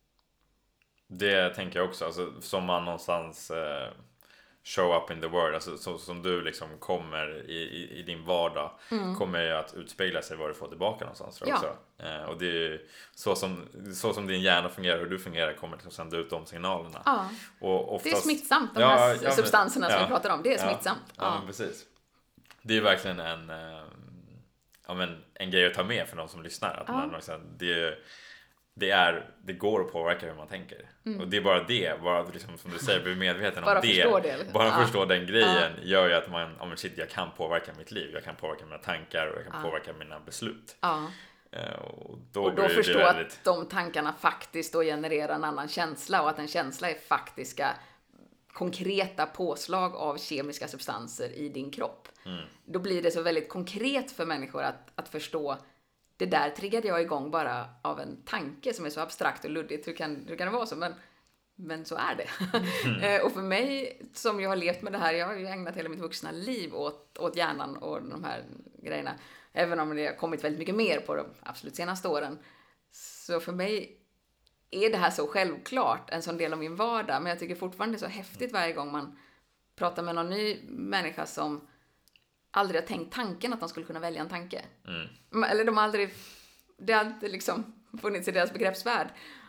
Det tänker jag också. Alltså, som man någonstans eh, show up in the world. Alltså, så, som du liksom kommer i, i, i din vardag. Mm. Kommer ju att utspegla sig vad du får tillbaka någonstans. Ja. Också. Eh, och det är ju så som, så som din hjärna fungerar, hur du fungerar, kommer liksom sända ut de signalerna. Ja. Och oftast, det är smittsamt, de ja, här ja, substanserna men, som ja, vi pratar om. Det är ja, smittsamt. Ja, ja. Men precis. Det är verkligen en... Eh, Ja, men en grej att ta med för de som lyssnar, att ja. man liksom, det, det, är, det går att påverka hur man tänker. Mm. Och det är bara det, bara liksom, som du säger, bli medveten om det. det. Bara ja. förstå den grejen ja. gör ju att man, oh, shit, jag kan påverka mitt liv, jag kan påverka mina tankar och jag kan ja. påverka mina beslut. Ja. Och då, och då förstå väldigt... att de tankarna faktiskt då genererar en annan känsla, och att en känsla är faktiska konkreta påslag av kemiska substanser i din kropp. Mm. Då blir det så väldigt konkret för människor att, att förstå, det där triggade jag igång bara av en tanke som är så abstrakt och luddigt. Hur kan, hur kan det vara så? Men, men så är det. Mm. Och för mig, som jag har levt med det här, jag har ju ägnat hela mitt vuxna liv åt, åt hjärnan och de här grejerna. Även om det har kommit väldigt mycket mer på de absolut senaste åren. Så för mig är det här så självklart en sån del av min vardag, men jag tycker fortfarande det är så häftigt varje gång man pratar med någon ny människa som aldrig har tänkt tanken att de skulle kunna välja en tanke. Mm. Eller de har aldrig, det har inte liksom funnits i deras begreppsvärld.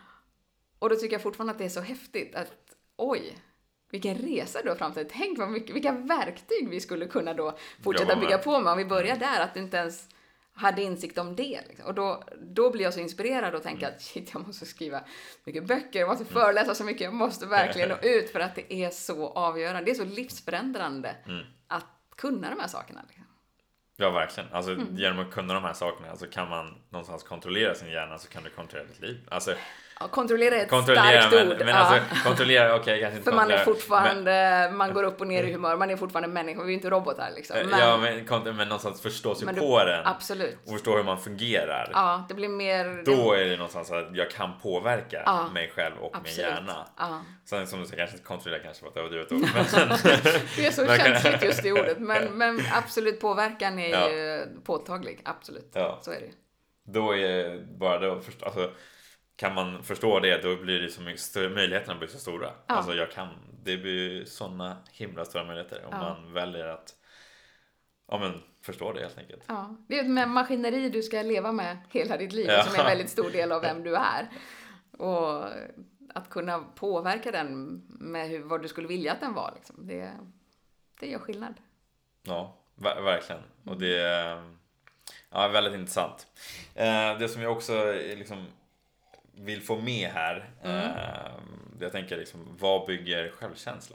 Och då tycker jag fortfarande att det är så häftigt att, oj, vilken resa du har framtid. Tänk vad mycket, vilka verktyg vi skulle kunna då fortsätta bygga på med om vi börjar där, att du inte ens hade insikt om det. Liksom. Och då, då blir jag så inspirerad och tänker mm. att shit, jag måste skriva mycket böcker, jag måste föreläsa så mycket, jag måste verkligen nå ut, för att det är så avgörande. Det är så livsförändrande mm. att kunna de här sakerna. Liksom. Ja, verkligen. Alltså, mm. genom att kunna de här sakerna så kan man någonstans kontrollera sin hjärna, så kan du kontrollera ditt liv. Alltså, ja, kontrollera är ett kontrollera, starkt men, ord. Men ja. alltså, kontrollera, okej, okay, kanske inte för man är fortfarande, men, man går upp och ner i humör, man är fortfarande människor, vi är ju inte robotar liksom. Men, ja, men, men någonstans förstå sig du, på den. Absolut. Och förstå hur man fungerar. Ja, det blir mer... Då är det någonstans att jag kan påverka ja, mig själv och absolut. Min hjärna. Ja. Sen som du säger, kanske inte kontrollera, kanske var ett överdrivet ord. Det är så känsligt just i ordet, men, men absolut påverkan är ja. ju påtaglig, absolut. Ja. Så är det. Då är bara det, alltså, kan man förstå det, då blir det så mycket, möjligheterna blir så stora. Ja. Alltså jag kan, det blir såna himla stora möjligheter om ja. Man väljer att ja, men, förstå det helt enkelt. Ja. Det är ett maskineri du ska leva med hela ditt liv, ja. Som är en väldigt stor del av vem du är. Och att kunna påverka den med hur, vad du skulle vilja att den var, liksom, det, det gör skillnad. Ja, ver- verkligen. Och det är ja, väldigt intressant. Eh, det som jag också liksom vill få med här, mm. eh, jag tänker liksom, vad bygger självkänsla?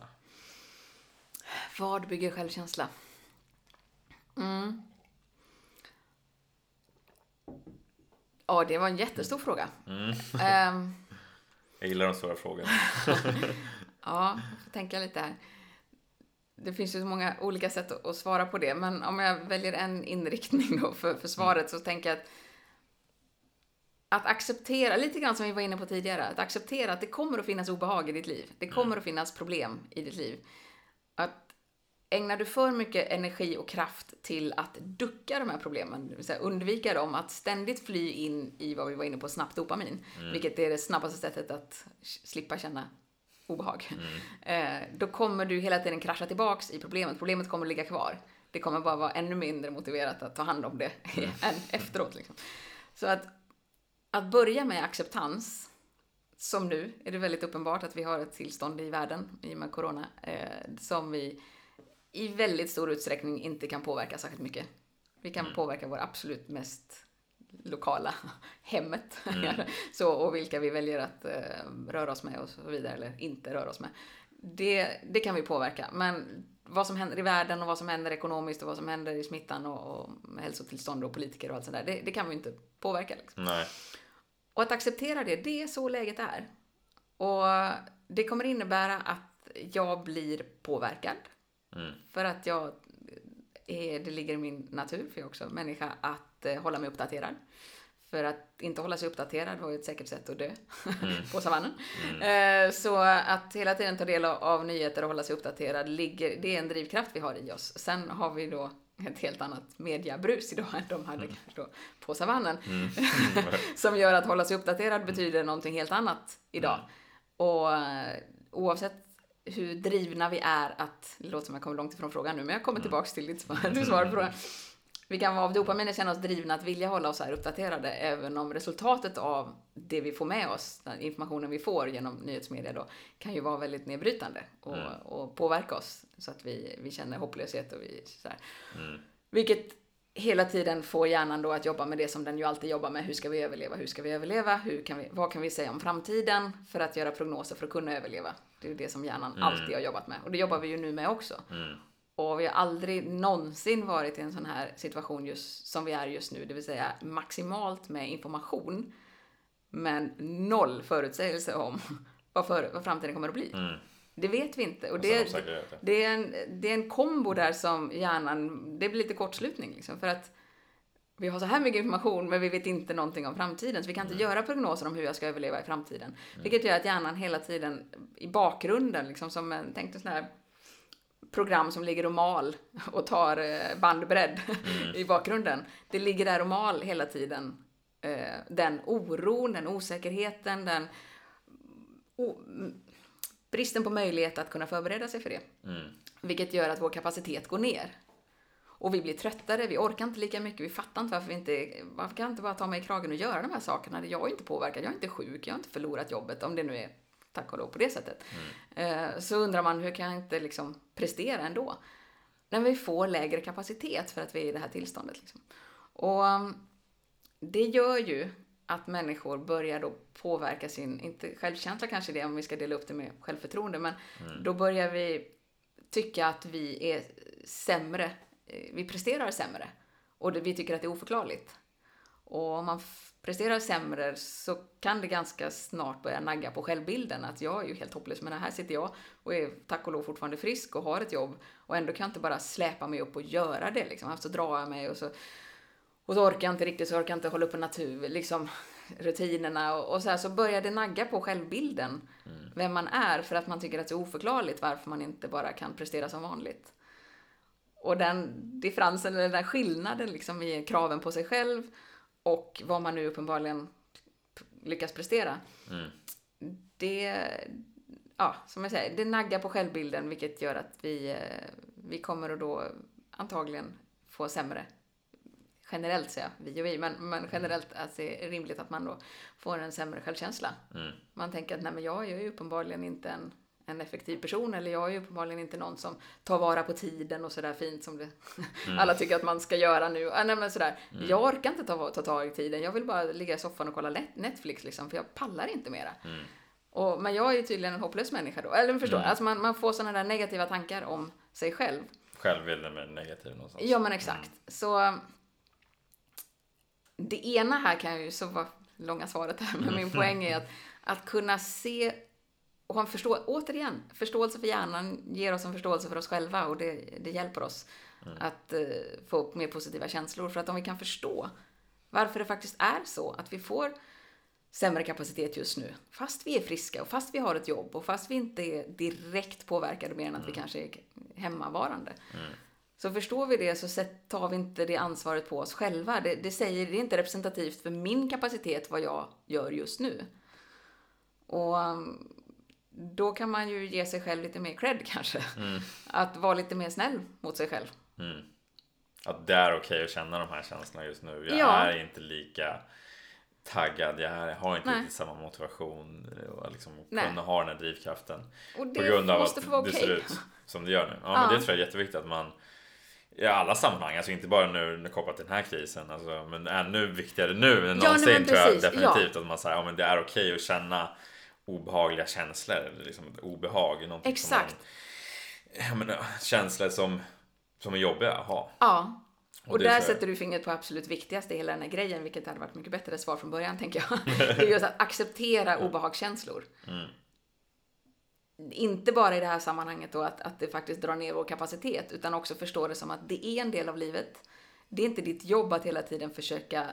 Vad bygger självkänsla? Mm. Ja, det var en jättestor fråga. Mm. um, jag gillar de stora frågorna. Ja, jag får tänka lite här. Det finns ju så många olika sätt att, att svara på det, men om jag väljer en inriktning då för, för svaret mm. så tänker jag att Att acceptera, lite grann som vi var inne på tidigare, att acceptera att det kommer att finnas obehag i ditt liv. Det kommer mm. att finnas problem i ditt liv. Att ägnar du för mycket energi och kraft till att ducka de här problemen, det vill säga undvika dem, att ständigt fly in i vad vi var inne på, snabbt dopamin, mm. vilket är det snabbaste sättet att slippa känna obehag. Mm. Eh, då kommer du hela tiden krascha tillbaks i problemet. Problemet kommer att ligga kvar. Det kommer bara vara ännu mindre motiverat att ta hand om det mm. än efteråt. Liksom. Så att Att börja med acceptans, som nu är det väldigt uppenbart att vi har ett tillstånd i världen i och med corona eh, som vi i väldigt stor utsträckning inte kan påverka särskilt mycket. Vi kan mm. påverka vår absolut mest lokala hemmet mm. så, och vilka vi väljer att eh, röra oss med och så vidare, eller inte röra oss med. Det, det kan vi påverka, men vad som händer i världen och vad som händer ekonomiskt och vad som händer i smittan och, och hälsotillstånd och politiker och allt sånt där. Det, det kan vi inte påverka. Liksom. Nej. Och att acceptera det, det är så läget är. Och det kommer innebära att jag blir påverkad. Mm. För att jag är, det ligger i min natur, för jag är också människa, att eh, hålla mig uppdaterad. För att inte hålla sig uppdaterad var ju ett säkert sätt att dö mm. på savannen. Mm. Så att hela tiden ta del av nyheter och hålla sig uppdaterad, ligger, det är en drivkraft vi har i oss. Sen har vi då ett helt annat mediabrus idag än de hade mm. då på savannen. Mm. Mm. Som gör att hålla sig uppdaterad betyder någonting helt annat idag. Mm. Och oavsett hur drivna vi är att, det låter som jag kommer långt ifrån frågan nu, men jag kommer tillbaka till ditt svar, du svarar på frågan. Vi kan vara av dopamin och känna oss drivna att vilja hålla oss här uppdaterade, även om resultatet av det vi får med oss, den informationen vi får genom nyhetsmedia då, kan ju vara väldigt nedbrytande och, mm. och påverka oss så att vi, vi känner hopplöshet och vi sådär. Mm. Vilket hela tiden får hjärnan då att jobba med det som den ju alltid jobbar med. Hur ska vi överleva? Hur ska vi överleva? Hur kan vi, vad kan vi säga om framtiden för att göra prognoser för att kunna överleva? Det är det som hjärnan mm. alltid har jobbat med. Och det jobbar vi ju nu med också. Mm. Och vi har aldrig någonsin varit i en sån här situation just som vi är just nu. Det vill säga maximalt med information. Men noll förutsägelse om vad, för, vad framtiden kommer att bli. Mm. Det vet vi inte. Och det, det, det, är en, det är en kombo där som hjärnan, det blir lite kortslutning liksom. För att vi har så här mycket information men vi vet inte någonting om framtiden. Så vi kan inte mm. göra prognoser om hur jag ska överleva i framtiden. Mm. Vilket gör att hjärnan hela tiden i bakgrunden, liksom som en, tänk dig sån här program som ligger och mal och tar bandbredd mm. i bakgrunden. Det ligger där och mal hela tiden. Den oron, den osäkerheten, den o- bristen på möjlighet att kunna förbereda sig för det. Mm. Vilket gör att vår kapacitet går ner. Och vi blir tröttare, vi orkar inte lika mycket, vi fattar inte varför vi inte, varför kan jag inte bara ta mig i kragen och göra de här sakerna? Jag är inte påverkad, jag är inte sjuk, jag har inte förlorat jobbet, om det nu är tack och lov på det sättet. Mm. Så undrar man, hur kan jag inte liksom prestera ändå? När vi får lägre kapacitet för att vi är i det här tillståndet. Liksom. Och det gör ju att människor börjar då påverka sin, inte självkänsla kanske det om vi ska dela upp det med självförtroende, men mm. då börjar vi tycka att vi är sämre, vi presterar sämre. Och det, vi tycker att det är oförklarligt. Och om man f- presterar sämre så kan det ganska snart börja nagga på självbilden. Att jag är ju helt hopplös, men här sitter jag och är tack och lov fortfarande frisk och har ett jobb. Och ändå kan jag inte bara släpa mig upp och göra det. Liksom. Så drar jag mig och så, och så orkar jag inte riktigt, så orkar jag inte hålla upp en natur, liksom rutinerna. Och, och så här så börjar det nagga på självbilden. Mm. Vem man är, för att man tycker att det är oförklarligt varför man inte bara kan prestera som vanligt. Och den differensen, eller den skillnaden liksom i kraven på sig själv och vad man nu uppenbarligen lyckas prestera. Mm. Det, ja, som jag säger, det naggar på självbilden, vilket gör att vi, vi kommer att då antagligen få sämre. Generellt säger jag, vi och vi, men, men generellt att det är rimligt att man då får en sämre självkänsla. Mm. Man tänker att nej, men jag är ju uppenbarligen inte en en effektiv person, eller jag är ju uppenbarligen inte någon som tar vara på tiden och sådär fint som det mm. alla tycker att man ska göra nu. Ah, nej, men sådär. Mm. Jag orkar inte ta, ta tag i tiden. Jag vill bara ligga i soffan och kolla Netflix liksom, för jag pallar inte mera. Mm. Och, men jag är ju tydligen en hopplös människa då. Eller förstår, mm. alltså man, man får sådana där negativa tankar om sig själv. Självbilden med negativ någonstans. Ja, men exakt. Mm. Så det ena här kan ju, så var långa svaret här, men min poäng är att, att kunna se och ha en förstå- återigen, förståelse för hjärnan ger oss en förståelse för oss själva, och det, det hjälper oss mm. att uh, få upp mer positiva känslor. För att om vi kan förstå varför det faktiskt är så att vi får sämre kapacitet just nu, fast vi är friska och fast vi har ett jobb och fast vi inte är direkt påverkade mer än att mm. vi kanske är hemmavarande. Mm. Så förstår vi det, så tar vi inte det ansvaret på oss själva. Det, det säger, det är inte representativt för min kapacitet vad jag gör just nu. Och um, då kan man ju ge sig själv lite mer cred kanske. Mm. Att vara lite mer snäll mot sig själv. Mm. Att det är okej att känna de här känslorna just nu. Jag ja. är inte lika taggad. Jag har inte riktigt samma motivation och liksom kunna ha den här drivkraften. Och det på grund av att det okay. ser ut som det gör nu. Ja, ja. Men det tror jag är jätteviktigt att man i alla sammanhang, alltså inte bara nu kopplat till den här krisen, alltså, men ännu viktigare nu än någonsin, ja, tror jag definitivt ja. att man säger ja, men det är okej att känna obehagliga känslor eller liksom ett obehag, någonting exakt. jag menar, känslor som, som är jobbiga att ha. Ja. Och, och där här... sätter du fingret på absolut viktigaste i hela den här grejen, vilket hade varit mycket bättre svar från början, tänker jag. Det är just att acceptera obehagskänslor. Mm. Inte bara i det här sammanhanget då att, att det faktiskt drar ner vår kapacitet, utan också förstå det som att det är en del av livet. Det är inte ditt jobb att hela tiden försöka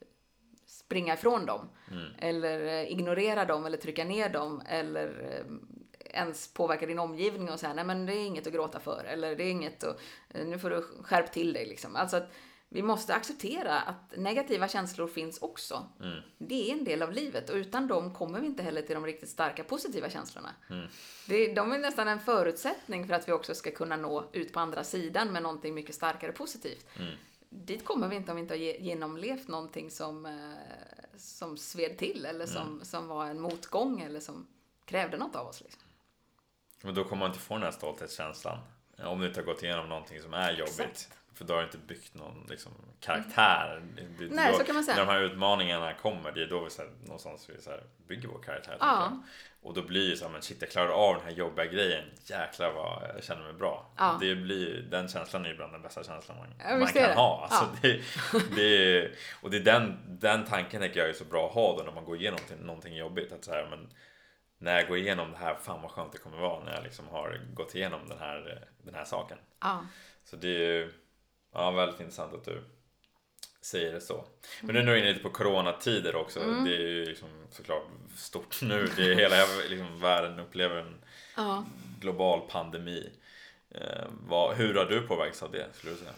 springa ifrån dem. Mm. Eller ignorera dem, eller trycka ner dem, eller ens påverka din omgivning och säga nej men det är inget att gråta för, eller det är inget att, nu får du skärp till dig liksom. Alltså att vi måste acceptera att negativa känslor finns också. Mm. Det är en del av livet och utan dem kommer vi inte heller till de riktigt starka positiva känslorna. Mm. Det, de är nästan en förutsättning för att vi också ska kunna nå ut på andra sidan med någonting mycket starkare positivt. Mm. Dit kommer vi inte om vi inte har genomlevt någonting som, som sved till eller som, mm. som var en motgång eller som krävde något av oss liksom. Men då kommer man inte få den här stolthetskänslan om du inte har gått igenom någonting som är jobbigt. Exakt. För då har du inte byggt någon liksom, karaktär. Mm. Nej, då, så kan man säga. När de här utmaningarna kommer, det är då vi så här, någonstans vi så här, bygger vår karaktär. Ja. Och då blir det så här, men shit, jag klarar av den här jobbiga grejen. Jäklar vad jag känner mig bra. Ja. Det blir, den känslan är ju bland den bästa känslan man, ja, man kan ha. Alltså, ja. det, det är, och det är den, den tanken tänker jag är så bra att ha då när man går igenom till någonting jobbigt. Att så här, men när jag går igenom det här, fan vad skönt det kommer vara när jag liksom har gått igenom den här, den här saken. Ja. Så det är ju ja, väldigt intressant att du säger det så. Men nu är du inne lite på coronatider också. Mm. Det är ju liksom såklart stort nu. Det är hela liksom, världen upplever en ja. global pandemi. Eh, vad, hur har du påverkats av det, skulle du säga?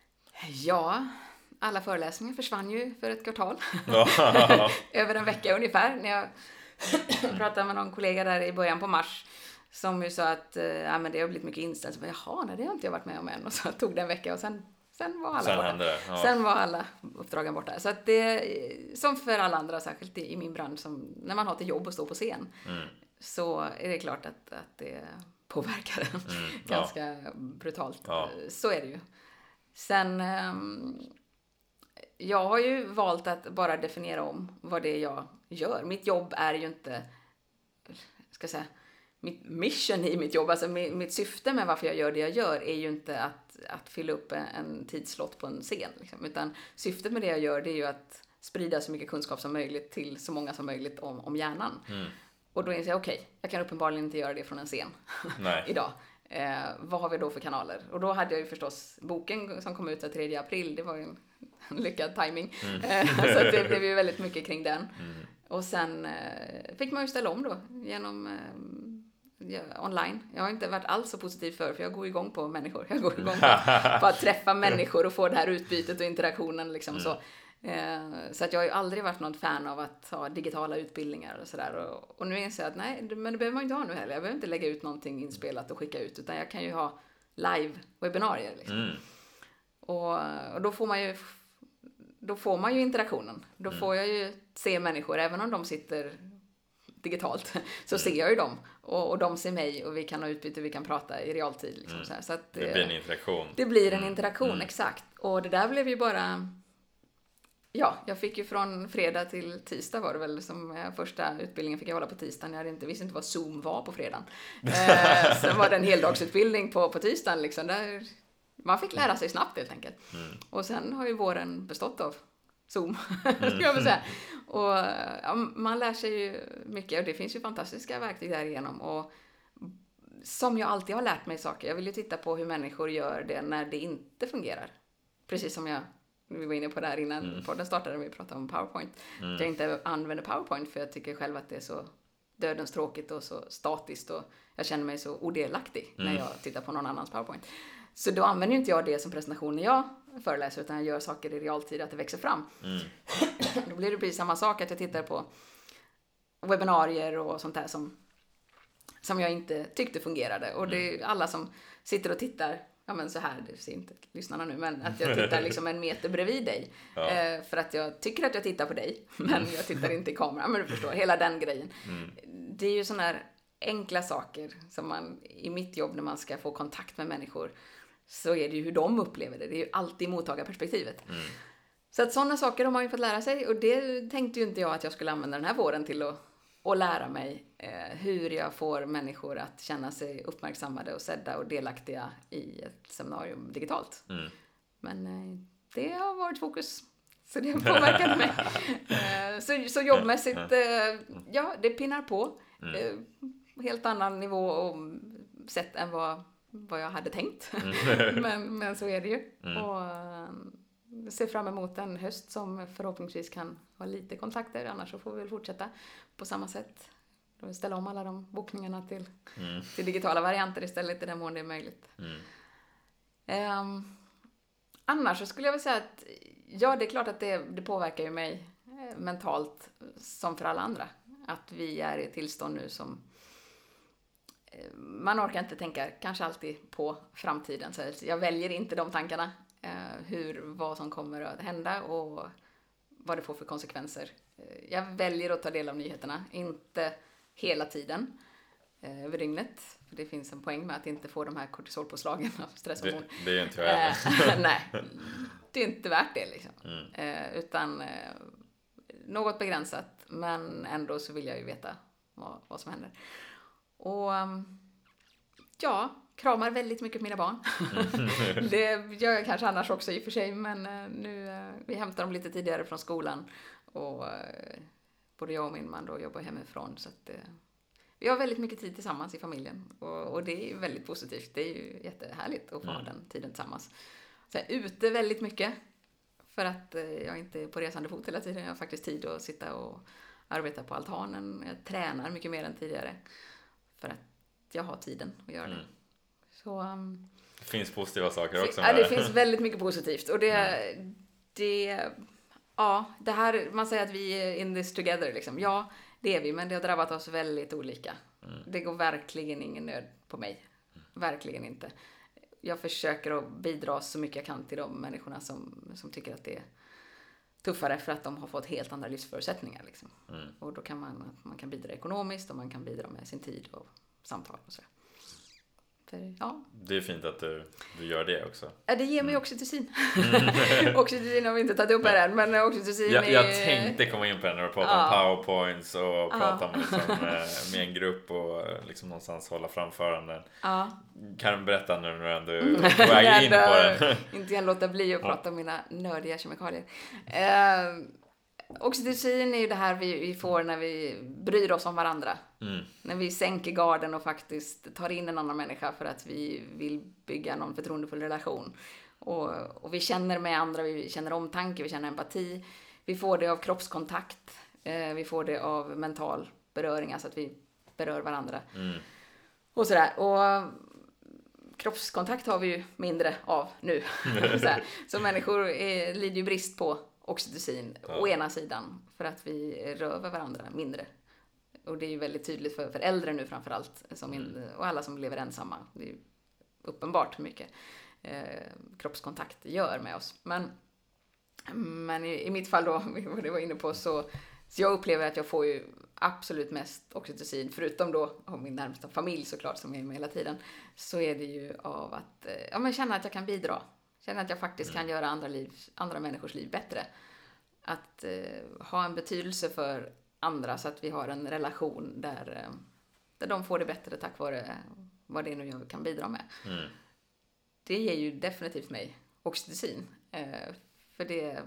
Ja, alla föreläsningar försvann ju för ett kvartal. Över en vecka ungefär. När jag pratade med någon kollega där i början på mars som ju sa att ja, men det har blivit mycket inställt. Så jag bara, jaha, nej, det har inte jag varit med om än. Och så tog det en vecka och sen Sen var alla Sen borta. Det, ja. Sen var alla uppdragen borta. Så att det, som för alla andra, särskilt i min bransch, som när man har till jobb och står på scen, mm. så är det klart att, att det påverkar en mm. ganska ja. brutalt. Ja. Så är det ju. Sen, jag har ju valt att bara definiera om vad det är jag gör. Mitt jobb är ju inte, ska jag säga, mitt mission i mitt jobb, alltså mitt syfte med varför jag gör det jag gör är ju inte att, att fylla upp en, en tidslott på en scen. Liksom. Utan syftet med det jag gör det är ju att sprida så mycket kunskap som möjligt till så många som möjligt om, om hjärnan. Mm. Och då inser jag, okej, okay, jag kan uppenbarligen inte göra det från en scen idag. Eh, vad har vi då för kanaler? Och då hade jag ju förstås boken som kom ut den tredje april, det var ju en, en lyckad timing. Mm. Eh, så att det blev ju väldigt mycket kring den. Mm. Och sen eh, fick man ju ställa om då genom eh, Ja, online. Jag har inte varit alls så positiv för för jag går igång på människor. Jag går igång på, på att träffa människor och få det här utbytet och interaktionen liksom mm. så. Eh, så att jag har ju aldrig varit någon fan av att ha digitala utbildningar och sådär. Och, och nu inser jag att nej, men det behöver man inte ha nu heller. Jag behöver inte lägga ut någonting inspelat och skicka ut, utan jag kan ju ha live-webbinarier liksom. Mm. Och, och då får man ju då får man ju interaktionen. Då mm. får jag ju se människor, även om de sitter digitalt, så mm. ser jag ju dem. Och, och de ser mig och vi kan ha utbyte, vi kan prata i realtid. Liksom, mm. så här. Så att, det blir en interaktion. Det blir en interaktion, mm. exakt. Och det där blev ju bara... Ja, jag fick ju från fredag till tisdag var det väl som första utbildningen fick jag hålla på tisdagen. Jag hade inte, visste inte vad Zoom var på fredagen. eh, sen var det en heldagsutbildning på, på tisdagen. Liksom, där man fick lära sig snabbt helt enkelt. Mm. Och sen har ju våren bestått av Zoom, skulle jag vilja säga. Och ja, man lär sig ju mycket och det finns ju fantastiska verktyg därigenom. Och som jag alltid har lärt mig saker. Jag vill ju titta på hur människor gör det när det inte fungerar. Precis som jag, vi var inne på det här innan mm. podden startade, vi pratade om PowerPoint. Mm. Jag inte använder PowerPoint för jag tycker själv att det är så dödens tråkigt och så statiskt. Och jag känner mig så odelaktig mm. när jag tittar på någon annans PowerPoint. Så då använder inte jag det som presentation när jag föreläser, utan jag gör saker i realtid att det växer fram. Mm. Då blir det precis samma sak att jag tittar på webbinarier och sånt där som, som jag inte tyckte fungerade. Och det är alla som sitter och tittar, ja men så här, det ser inte lyssnarna nu, men att jag tittar liksom en meter bredvid dig. Ja. Eh, för att jag tycker att jag tittar på dig, men jag tittar inte i kameran, men du förstår, hela den grejen. Mm. Det är ju sådana här enkla saker som man i mitt jobb när man ska få kontakt med människor, så är det ju hur de upplever det. Det är ju alltid mottagarperspektivet. Mm. Så att sådana saker har man ju fått lära sig. Och det tänkte ju inte jag att jag skulle använda den här våren till att, och lära mig eh, hur jag får människor att känna sig uppmärksammade och sedda och delaktiga i ett seminarium digitalt. Mm. Men eh, det har varit fokus. Så det påverkade mig. Eh, så, så jobbmässigt, eh, ja, det pinnar på. Mm. Eh, helt annan nivå och sätt än vad, vad jag hade tänkt. Mm. men, men så är det ju. Mm. Och eh, ser fram emot en höst som förhoppningsvis kan ha lite kontakter. Annars så får vi väl fortsätta på samma sätt. Då ställa om alla de bokningarna till, Mm. till digitala varianter istället i den mån det är möjligt. Mm. Eh, annars så skulle jag väl säga att ja, det är klart att det, det påverkar ju mig eh, mentalt som för alla andra. Att vi är i ett tillstånd nu som eh, man orkar inte tänka kanske alltid på framtiden. Så jag väljer inte de tankarna. Eh, hur, vad som kommer att hända och vad det får för konsekvenser. Eh, jag väljer att ta del av nyheterna. Inte hela tiden eh, över dygnet. För det finns en poäng med att inte få de här kortisolpåslagen av stresshormon. Det, det är inte jag eh, Nej, det är inte värt det liksom. Mm. Eh, utan eh, något begränsat, men ändå så vill jag ju veta vad, vad som händer. Och um, ja, kramar väldigt mycket på mina barn. Det gör jag kanske annars också i och för sig, men uh, nu, uh, vi hämtar dem lite tidigare från skolan och uh, både jag och min man då jobbar hemifrån, så att uh, vi har väldigt mycket tid tillsammans i familjen och, och det är väldigt positivt. Det är ju jättehärligt att få ha Mm. den tiden tillsammans. Så jag är ute väldigt mycket för att uh, jag inte är på resande fot hela tiden. Jag har faktiskt tid att sitta och arbeta på altanen. Jag tränar mycket mer än tidigare för att jag har tiden att göra det. Mm. Så, um, Det finns positiva saker också. ja, med det finns väldigt mycket positivt. Och det, Mm. det, ja, det här, man säger att vi är in this together liksom. Ja, det är vi, men det har drabbat oss väldigt olika. Mm. Det går verkligen ingen nöd på mig. Verkligen inte. Jag försöker att bidra så mycket jag kan till de människorna som, som tycker att det är tuffare för att de har fått helt andra livsförutsättningar liksom. Mm. Och då kan man, man kan bidra ekonomiskt och man kan bidra med sin tid och samtal och så. För, ja. Det är fint att du, du gör det också. Ja, det ger mig oxytocin. Oxytocin har vi inte tagit upp här än, men oxytocin Jag, är... jag tänkte komma in på det när du pratade Ja. om powerpoints och Ja. prata om liksom, eh, med en grupp och liksom någonstans hålla framföranden. Ja. Kan du berätta nu när du ändå är på väg in på den? Inte jag låta bli att prata om mina nördiga kemikalier. Eh, oxytocin är ju det här vi, vi får när vi bryr oss om varandra. Mm. När vi sänker garden och faktiskt tar in en annan människa för att vi vill bygga någon förtroendefull relation. Och, och vi känner med andra, vi känner omtanke, vi känner empati. Vi får det av kroppskontakt. Eh, vi får det av mental beröring, alltså att vi berör varandra. Mm. Och sådär. Och kroppskontakt har vi ju mindre av nu. så, här. Så människor är, lider ju brist på oxytocin Ja. å ena sidan för att vi rör varandra mindre. Och det är ju väldigt tydligt för, för äldre nu framförallt som in, och alla som lever ensamma. Det är ju uppenbart hur mycket eh, kroppskontakt gör med oss. Men, men i, i mitt fall då, vad det var inne på, så, så jag upplever att jag får ju absolut mest oxytocin, förutom då av min närmsta familj såklart som är med hela tiden, så är det ju av att eh, ja, men känna att jag kan bidra. Känna att jag faktiskt kan göra andra, liv, andra människors liv bättre. Att eh, ha en betydelse för andra så att vi har en relation där, eh, där de får det bättre tack vare vad det är nu jag kan bidra med. Mm. Det ger ju definitivt mig oxytocin. Eh, för det,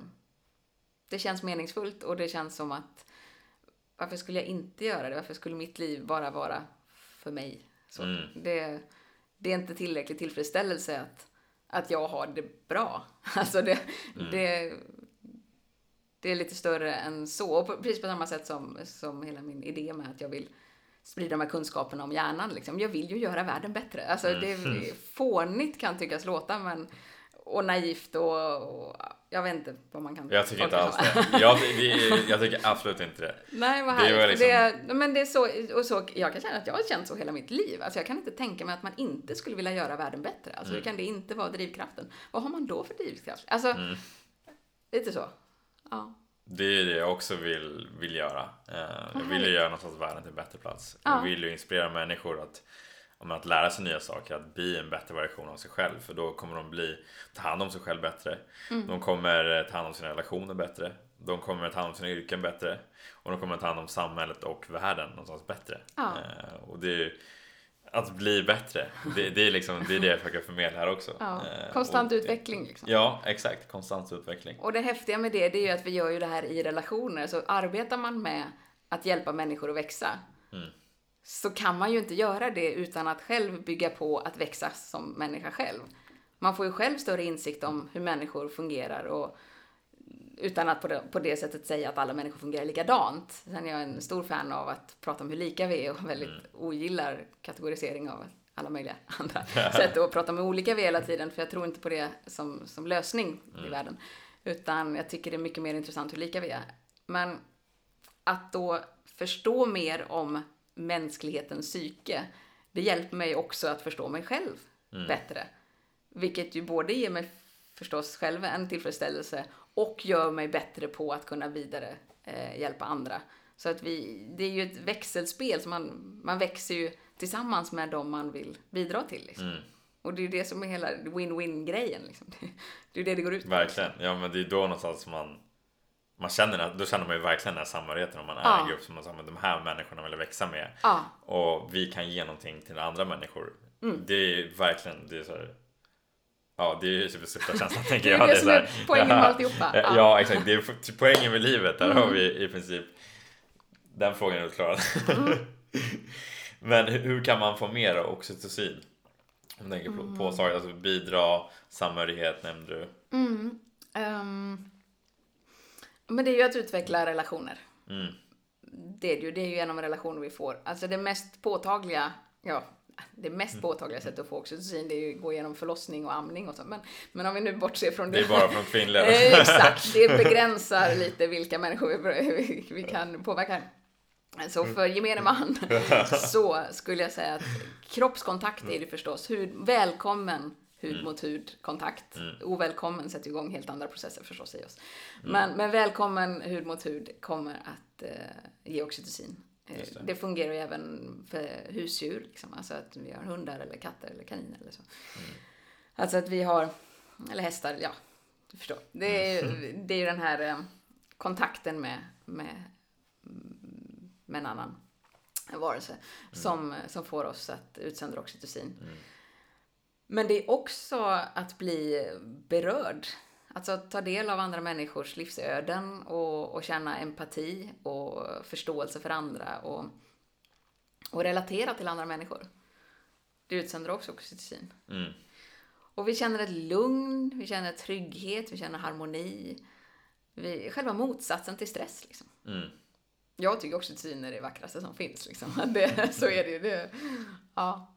det känns meningsfullt och det känns som att varför skulle jag inte göra det? Varför skulle mitt liv bara vara för mig? Så Mm. det, det är inte tillräcklig tillfredsställelse att, att jag har det bra. Alltså det, Mm. det, det är lite större än så. Och precis på samma sätt som, som hela min idé med att jag vill sprida de här kunskaperna om hjärnan. Liksom. Jag vill ju göra världen bättre. Alltså Mm. det är fånigt kan tyckas låta, men och naivt och, och jag vet inte vad man kan Jag tycker inte tolka alls som. det. Jag, det. Jag tycker absolut inte det. Nej, vad Det är härligt. ju Det liksom- det, men det är så, och så, jag kan känna att jag har känt så hela mitt liv. Alltså jag kan inte tänka mig att man inte skulle vilja göra världen bättre. Alltså Mm. hur kan det inte vara drivkraften? Vad har man då för drivkraft? Alltså, Mm. lite så. Ja. Det är det jag också vill, vill göra. Eh, jag vill ju härligt. göra någonstans världen till en bättre plats. Ja. Jag vill ju inspirera människor att, om att lära sig nya saker, att bli en bättre version av sig själv. För då kommer de bli, ta hand om sig själv bättre. Mm. De kommer ta hand om sina relationer bättre. De kommer ta hand om sina yrken bättre. Och de kommer ta hand om samhället och världen någonstans bättre. Ja. Eh, och det är ju, att bli bättre, det, det, är liksom, det är det jag försöker förmedla här också. Ja, konstant och, utveckling liksom. Ja, exakt, konstant utveckling. Och det häftiga med det, det är ju att vi gör ju det här i relationer. Så arbetar man med att hjälpa människor att växa, mm. så kan man ju inte göra det utan att själv bygga på att växa som människa själv. Man får ju själv större insikt om hur människor fungerar, och utan att på det, på det sättet säga att alla människor fungerar likadant. Sen är jag en stor fan av att prata om hur lika vi är och väldigt mm. ogillar kategorisering av alla möjliga andra sätt att prata om hur olika vi är hela tiden, för jag tror inte på det som, som lösning mm. i världen. Utan jag tycker det är mycket mer intressant hur lika vi är. Men att då förstå mer om mänsklighetens psyke, det hjälper mig också att förstå mig själv mm. bättre. Vilket ju både ger mig förstås själv en tillfredsställelse och gör mig bättre på att kunna vidare eh, hjälpa andra. Så att vi, det är ju ett växelspel, så man, man växer ju tillsammans med dem man vill bidra till. Liksom. Mm. Och det är ju det som är hela win-win-grejen. Liksom. Det, det är det det går ut på. Verkligen, ja, men det är då någonstans man, man känner, då känner man ju verkligen den här samhörigheten om man är ja. en grupp som man säger, de här människorna vill växa med. Ja. Och vi kan ge någonting till andra människor. Mm. Det är verkligen, det är så här, ja, det är ju typ största känslan, tänker jag. Det är det, det som är poängen med alltihopa. Ja. ja, exakt. Det är poängen med livet. Där mm. har vi i princip den frågan utklarad. Mm. Men hur kan man få mer av oxytocin? Om tänker på, mm. på saker, alltså bidra, samhörighet nämnde du. Mm. Um, men det är ju att utveckla relationer. Mm. Det är ju, det är ju genom relationer vi får. Alltså det mest påtagliga, ja, det mest påtagliga sättet att få oxytocin, det är ju att gå igenom förlossning och amning och så. Men, men om vi nu bortser från det. Det är bara från kvinnliga. Exakt, det begränsar lite vilka människor vi, vi, vi kan påverka. Så för gemene man så skulle jag säga att kroppskontakt är det förstås. Hud, välkommen hud mm. mot hud kontakt. Mm. Ovälkommen sätter igång helt andra processer förstås i oss. Mm. Men, men välkommen hud mot hud kommer att eh, ge oxytocin. Det. det fungerar ju även för husdjur. Liksom. Alltså att vi har hundar eller katter eller kaniner eller så. Mm. Alltså att vi har, eller hästar, ja, du förstår. Det är, mm. det är ju den här eh, kontakten med, med med en annan varelse mm. som, som får oss att utsöndra oxytocin. Mm. Men det är också att bli berörd. Alltså att ta del av andra människors livsöden och, och känna empati och förståelse för andra och, och relatera till andra människor. Det utsöndrar också oxytocin. Mm. Och vi känner ett lugn, vi känner trygghet, vi känner harmoni. Vi, själva motsatsen till stress liksom. Mm. Jag tycker oxytocin är det vackraste som finns. Liksom. Det, så är det ju. Det, ja.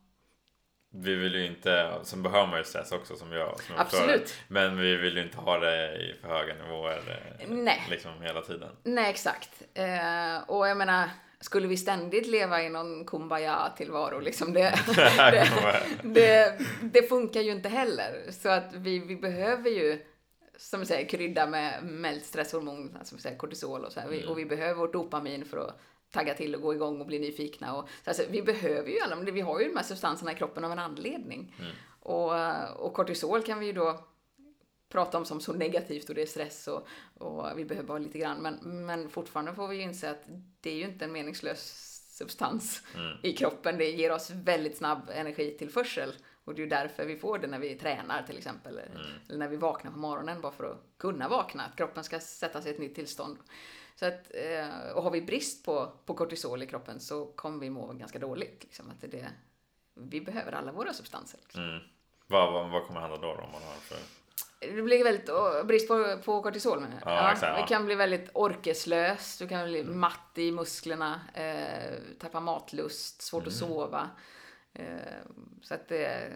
Vi vill ju inte, sen behöver man ju stress också som jag. Som jag Absolut. Förstår, men vi vill ju inte ha det i för höga nivåer Nej. Liksom hela tiden. Nej, exakt. Eh, och jag menar, skulle vi ständigt leva i någon kumbaya-tillvaro, liksom det, det, det, det funkar ju inte heller. Så att vi, vi behöver ju, som vi säger, krydda med, med stresshormon, alltså vi säger kortisol och så här. Mm. Och vi behöver vårt dopamin för att tagga till och gå igång och bli nyfikna. Och, så alltså, vi behöver ju alla, vi har ju de här substanserna i kroppen av en anledning. Mm. Och, och kortisol kan vi ju då prata om som så negativt och det är stress och, och vi behöver bara lite grann. Men, men fortfarande får vi ju inse att det är ju inte en meningslös substans mm. i kroppen. Det ger oss väldigt snabb energitillförsel. Och det är ju därför vi får det när vi tränar till exempel. Mm. Eller när vi vaknar på morgonen bara för att kunna vakna. Att kroppen ska sätta sig i ett nytt tillstånd. Så att, och har vi brist på, på kortisol i kroppen så kommer vi må ganska dåligt. Liksom, att det, vi behöver alla våra substanser. Liksom. Mm. Vad, vad, vad kommer hända då, då om man har för... Det blir väldigt brist på, på kortisol. Med. Ja, ja, exakt, ja. Det kan bli väldigt orkeslös. Du kan bli mm. matt i musklerna. Eh, tappa matlust. Svårt mm. att sova. Eh, så att det,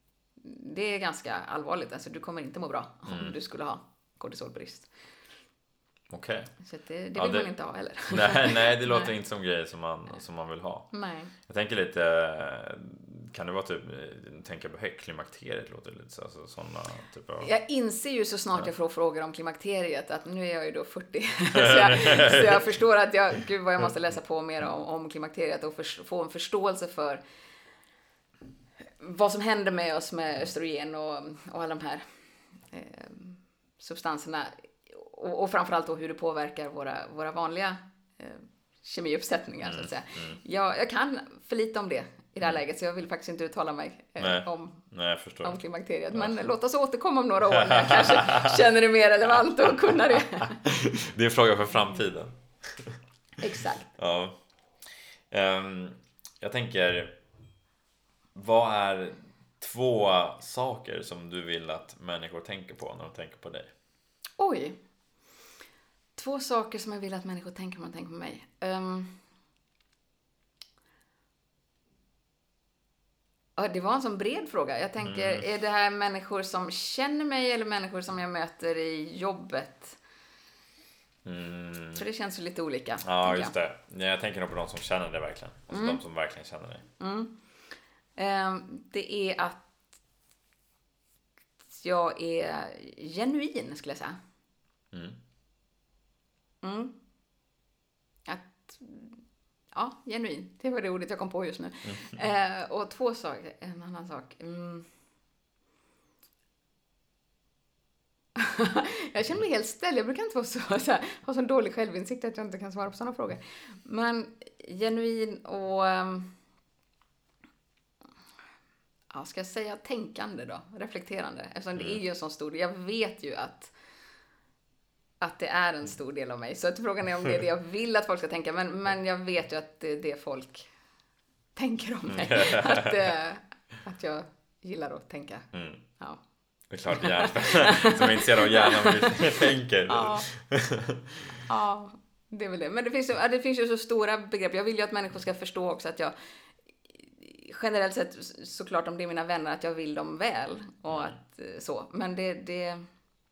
det är ganska allvarligt. Alltså, du kommer inte må bra om mm. du skulle ha kortisolbrist. Okej. Okay. Så det, det ja, vill det, man inte ha heller. Nej, nej det låter nej. inte som grejer som man, som man vill ha. Nej. Jag tänker lite, kan det vara typ, tänka på högt, klimakteriet låter lite så, alltså sådana typ av... Jag inser ju så snart jag får frågor om klimakteriet att nu är jag ju då fyrtio. så, jag, så jag förstår att jag, gud vad jag måste läsa på mer om, om klimakteriet och för, få en förståelse för vad som händer med oss med östrogen och, och alla de här eh, substanserna. Och, och framförallt då hur det påverkar våra, våra vanliga eh, kemiuppsättningar, mm, så att säga. Mm. Jag, jag kan för lite om det i det här mm. läget, så jag vill faktiskt inte uttala mig eh, Nej. om, Nej, om klimakteriet. Men ja. låt oss återkomma om några år när jag kanske känner det mer relevant och kunna det. Det är en fråga för framtiden. Exakt. Ja. Um, jag tänker, vad är två saker som du vill att människor tänker på när de tänker på dig? Oj. Två saker som jag vill att människor tänker när de tänker på mig. Um, ja, det var en sån bred fråga. Jag tänker, mm. är det här människor som känner mig eller människor som jag möter i jobbet? Mm. För det känns ju lite olika. Ja, just jag. det. Jag tänker nog på de som känner det verkligen. Alltså mm. de som verkligen känner dig. Mm. Um, det är att jag är genuin, skulle jag säga. Mm. Mm. Att, ja, genuin. Det var det ordet jag kom på just nu. Mm. Uh, och två saker. En annan sak. Mm. Jag känner mig helt ställd. Jag brukar inte vara så, så här, ha sån dålig självinsikt att jag inte kan svara på sådana frågor. Men genuin och um, ja, ska jag säga tänkande då? Reflekterande. Eftersom mm. det är ju en sån stor del. Jag vet ju att att det är en stor del av mig. Så att frågan är om det är det jag vill att folk ska tänka. Men, men jag vet ju att det är det folk tänker om mig. Att, äh, att jag gillar att tänka. Mm. Ja. Det är klart, hjärnan som är intresserad av hjärnan vi tänker. Ja. Ja, det är väl det. Men det finns, ju, det finns ju så stora begrepp. Jag vill ju att människor ska förstå också att jag generellt sett, såklart om det är mina vänner, att jag vill dem väl. Och att så. Men det... det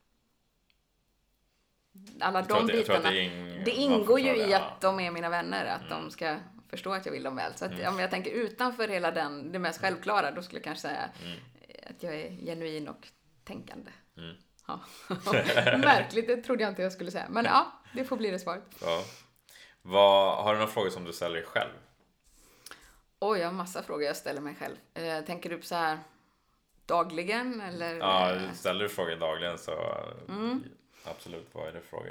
alla de det, bitarna. Det, ing, det ingår ju i att de är mina vänner. Att mm. de ska förstå att jag vill dem väl. Så att, mm. om jag tänker utanför hela den, det mest självklara, då skulle jag kanske säga mm. att jag är genuin och tänkande. Mm. Ja. Märkligt, det trodde jag inte jag skulle säga. Men ja, det får bli det svaret. Ja. Vad, har du några frågor som du ställer dig själv? Oj, jag har massa frågor jag ställer mig själv. Eh, tänker du på så här dagligen? Eller? Ja, ställer du frågor dagligen så mm. absolut, vad är det frågor?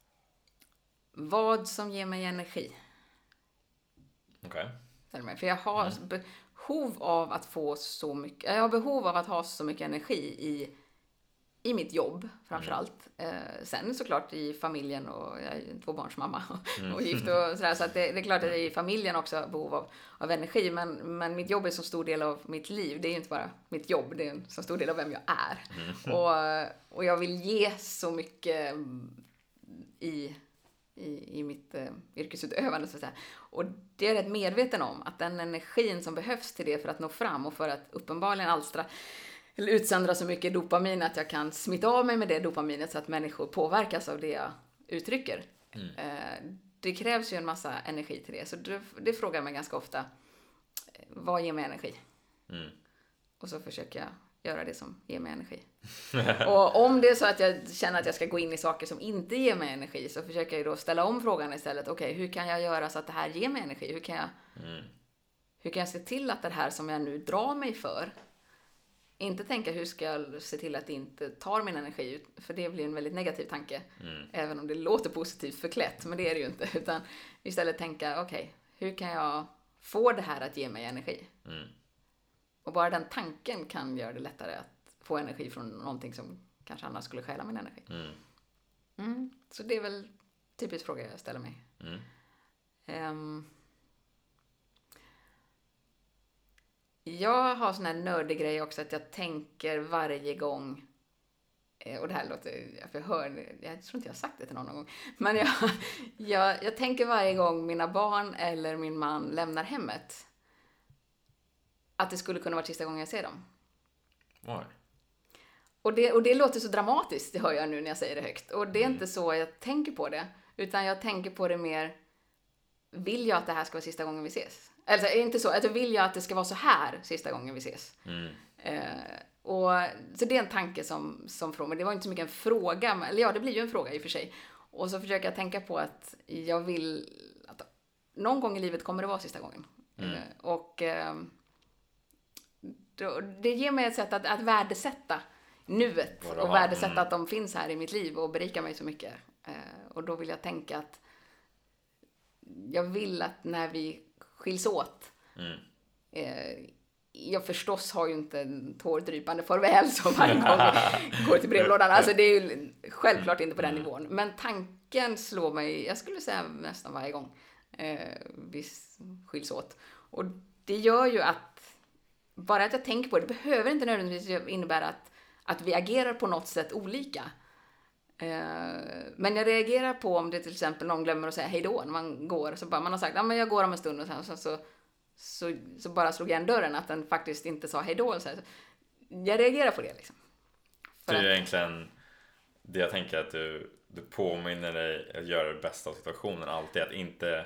Vad som ger mig energi? Okej. Okay. För jag har mm. behov av att få så mycket, jag har behov av att ha så mycket energi i, i mitt jobb framförallt. Mm. Eh, sen såklart i familjen, och jag är en tvåbarnsmamma och, mm. och gift och sådär, så att det, det är klart att jag i familjen också har behov av, av energi, men, men mitt jobb är så stor del av mitt liv. Det är ju inte bara mitt jobb, det är en så stor del av vem jag är. Mm. Och, och jag vill ge så mycket i I, i mitt eh, yrkesutövande, så att säga. Och det är jag rätt medveten om, att den energin som behövs till det för att nå fram och för att uppenbarligen alstra eller utsöndra så mycket dopamin att jag kan smitta av mig med det dopaminet så att människor påverkas av det jag uttrycker. Mm. Eh, det krävs ju en massa energi till det. Så det, det frågar mig ganska ofta, vad ger mig energi? Mm. Och så försöker jag göra det som ger mig energi. Och om det är så att jag känner att jag ska gå in i saker som inte ger mig energi, så försöker jag då ställa om frågan istället. Okej, okay, hur kan jag göra så att det här ger mig energi? Hur kan jag, mm. hur kan jag se till att det här som jag nu drar mig för, inte tänka hur ska jag se till att det inte tar min energi, för det blir en väldigt negativ tanke. Mm. Även om det låter positivt förklätt, men det är det ju inte. Utan istället tänka, okej, okay, hur kan jag få det här att ge mig energi? Mm. Och bara den tanken kan göra det lättare att få energi från någonting som kanske annars skulle stjäla min energi. Mm. Mm. Så det är väl typiskt fråga jag ställer mig. Mm. Um, jag har sån här nördig grej också, att jag tänker varje gång, och det här låter, jag hör, jag tror inte jag har sagt det till någon gång, men jag, jag, jag tänker varje gång mina barn eller min man lämnar hemmet, att det skulle kunna vara sista gången jag ser dem. Why? Och det, och det låter så dramatiskt, det hör jag nu när jag säger det högt. Och det är mm. inte så jag tänker på det. Utan jag tänker på det mer, vill jag att det här ska vara sista gången vi ses? Alltså inte så, alltså vill jag att det ska vara så här sista gången vi ses? Mm. Eh, och, så det är en tanke som, som frågar, men det var inte så mycket en fråga. Eller ja, det blir ju en fråga i och för sig. Och så försöker jag tänka på att jag vill att någon gång i livet kommer det vara sista gången. Mm. Eh, och... Eh, då, det ger mig ett sätt att, att värdesätta nuet Vadå? och värdesätta Mm. att de finns här i mitt liv och berikar mig så mycket. Eh, och då vill jag tänka att jag vill att när vi skiljs åt, Mm. eh, jag förstås har ju inte en tårdrypande farväl som varje gång vi går till brevlådan. Alltså det är ju självklart inte på den nivån. Men tanken slår mig, jag skulle säga nästan varje gång eh, vi skiljs åt. Och det gör ju att, bara att jag tänker på det, det behöver inte nödvändigtvis innebära att, att vi agerar på något sätt olika. Eh, men jag reagerar på om det till exempel någon glömmer att säga hej då när man går. Så bara man har sagt, ja men jag går om en stund och sen så, så Så, så bara slog igen dörren att den faktiskt inte sa hej då. Så jag reagerar på det liksom. För det är att... egentligen det jag tänker att du, du påminner dig att göra det bästa av situationen. Alltid att inte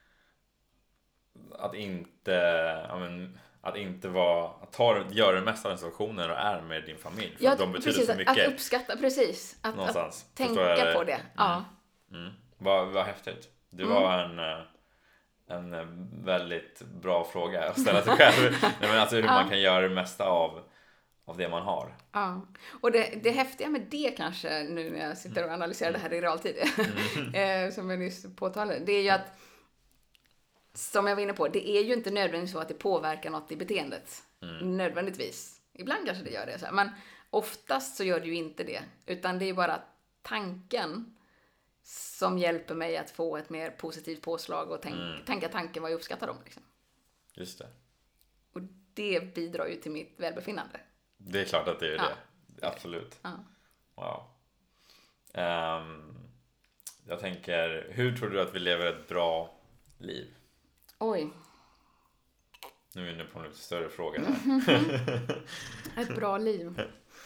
att inte ja, men, att inte vara att ta, göra det mesta av den situationen och är med din familj. För ja, att de betyder precis, så mycket. Att uppskatta, precis. Att, någonstans. att tänka på det. Mm. Ja. Mm. Vad, vad häftigt. Du Mm. var en en väldigt bra fråga att ställa sig själv. Nej, men alltså hur ja. man kan göra det mesta av, av det man har. Ja, och det, det häftiga med det kanske nu när jag sitter och analyserar det här i realtid mm. som jag nyss påtalade, det är ju att som jag var inne på, det är ju inte nödvändigtvis så att det påverkar något i beteendet. Mm. Nödvändigtvis. Ibland kanske det gör det. Så här. Men oftast så gör det ju inte det. Utan det är bara tanken som hjälper mig att få ett mer positivt påslag och tänk, mm. tänka tanken vad jag uppskattar dem. Liksom. Just det. Och det bidrar ju till mitt välbefinnande. Det är klart att det är ja. det. Absolut. Ja. Wow. Um, jag tänker, hur tror du att vi lever ett bra liv? Oj. Nu är vi inne på en lite större fråga här. Ett bra liv.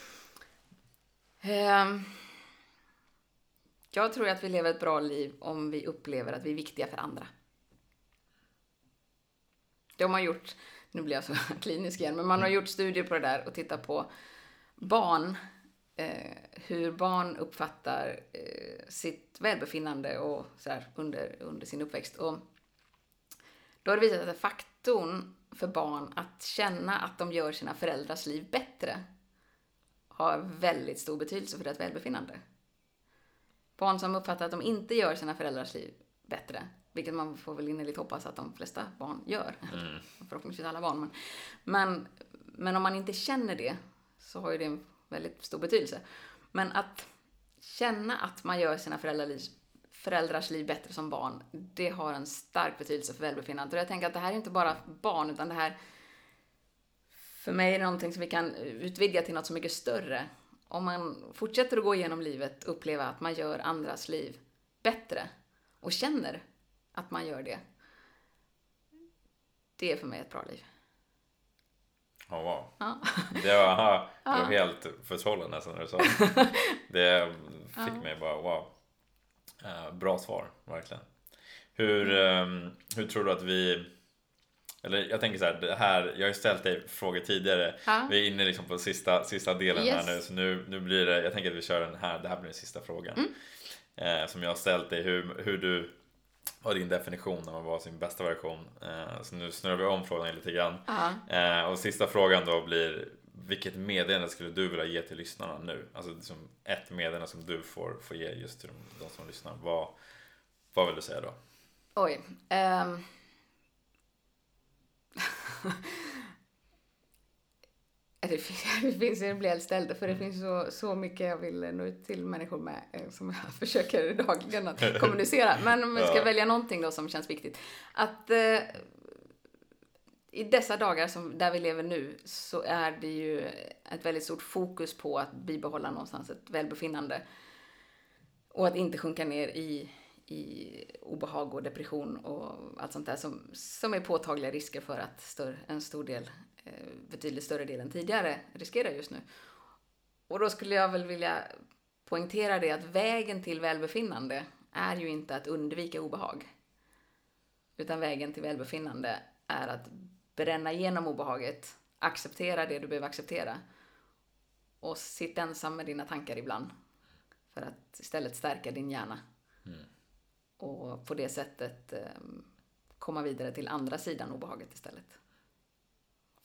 Um, jag tror att vi lever ett bra liv om vi upplever att vi är viktiga för andra. De har gjort, nu blir jag så klinisk igen, men man har gjort studier på det där och tittat på barn, eh, hur barn uppfattar eh, sitt välbefinnande och så här, under, under sin uppväxt. Och då har det visat att faktorn för barn att känna att de gör sina föräldrars liv bättre har väldigt stor betydelse för deras välbefinnande. Barn som uppfattar att de inte gör sina föräldrars liv bättre, vilket man får väl innerligt hoppas att de flesta barn gör. Mm. Förhoppningsvis alla barn. Men, men, men om man inte känner det så har ju det en väldigt stor betydelse. Men att känna att man gör sina föräldrars liv, föräldrars liv bättre som barn, det har en stark betydelse för välbefinnandet. Och jag tänker att det här är inte bara barn, utan det här för mig är det någonting som vi kan utvidga till något så mycket större. Om man fortsätter att gå igenom livet och uppleva att man gör andras liv bättre och känner att man gör det, det är för mig ett bra liv. Oh, wow. Ja. Det var, aha, det var ja. helt förtrollande nästan när du sa det. Det fick ja. mig bara, wow. Uh, bra svar, verkligen. Hur, um, hur tror du att vi... Eller jag tänker så här, det här, jag har ju ställt dig frågor tidigare. Ja. Vi är inne liksom på sista, sista delen yes. här nu. Så nu, nu blir det, jag tänker att vi kör den här, det här blir den sista frågan. Mm. Eh, som jag har ställt dig, hur, hur du, vad din definition av vad sin bästa version. Eh, så nu snurrar vi om frågan lite grann. Eh, och sista frågan då blir, vilket meddelande skulle du vilja ge till lyssnarna nu? Alltså liksom ett meddelande som du får, får ge just till de, de som lyssnar. Vad, vad vill du säga då? Oj, um... det finns en bli ställd för det finns så, så mycket jag vill nå ut till människor med som jag försöker dagligen att kommunicera. Men om jag ska ja. välja någonting då som känns viktigt, att eh, i dessa dagar som, där vi lever nu, så är det ju ett väldigt stort fokus på att bibehålla någonstans ett välbefinnande och att inte sjunka ner i i obehag och depression och allt sånt där som, som är påtagliga risker för att stör, en stor del, eh, betydligt större del än tidigare riskerar just nu. Och då skulle jag väl vilja poängtera det att vägen till välbefinnande är ju inte att undvika obehag. Utan vägen till välbefinnande är att bränna igenom obehaget, acceptera det du behöver acceptera och sitta ensam med dina tankar ibland för att istället stärka din hjärna. Mm. Och på det sättet eh, komma vidare till andra sidan obehaget istället.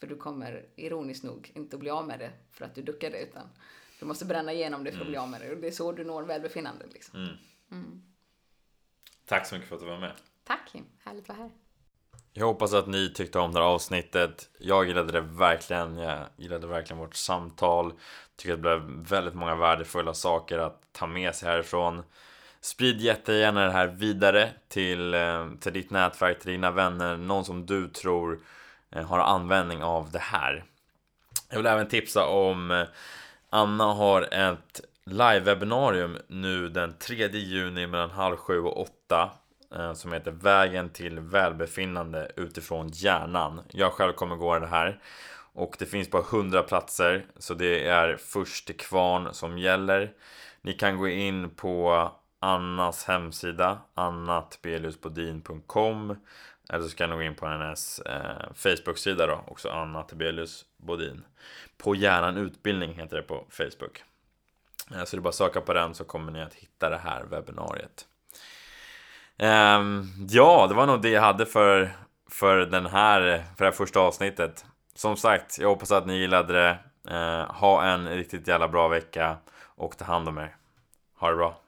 För du kommer ironiskt nog inte att bli av med det för att du duckade, utan du måste bränna igenom det för att bli av med det. Och det är så du når välbefinnande. Liksom. Mm. Mm. Tack så mycket för att du var med. Tack Kim, härligt att vara här. Jag hoppas att ni tyckte om det här avsnittet. Jag gillade det verkligen. Jag gillade verkligen vårt samtal. Tycker att det blev väldigt många värdefulla saker att ta med sig härifrån. Sprid jättegärna det här vidare till, till ditt nätverk, till dina vänner. Någon som du tror har användning av det här. Jag vill även tipsa om Anna har ett live-webbinarium nu den tredje juni mellan halv sju och åtta. Som heter Vägen till välbefinnande utifrån hjärnan. Jag själv kommer gå det här. Och det finns bara hundra platser. Så det är först till kvarn som gäller. Ni kan gå in på Annas hemsida, anna tibelius bodin punkt com. Eller så kan ni gå in på hennes eh, Facebook-sida då, också Anna Tibelius Bodin. På Hjärnan Utbildning heter det på Facebook. Eh, så det är bara att söka på den så kommer ni att hitta det här webbinariet. Um, ja, det var nog det jag hade för, för, den här, för det här första avsnittet. Som sagt, jag hoppas att ni gillade det. uh, Ha en riktigt jävla bra vecka och ta hand om er. Ha det bra.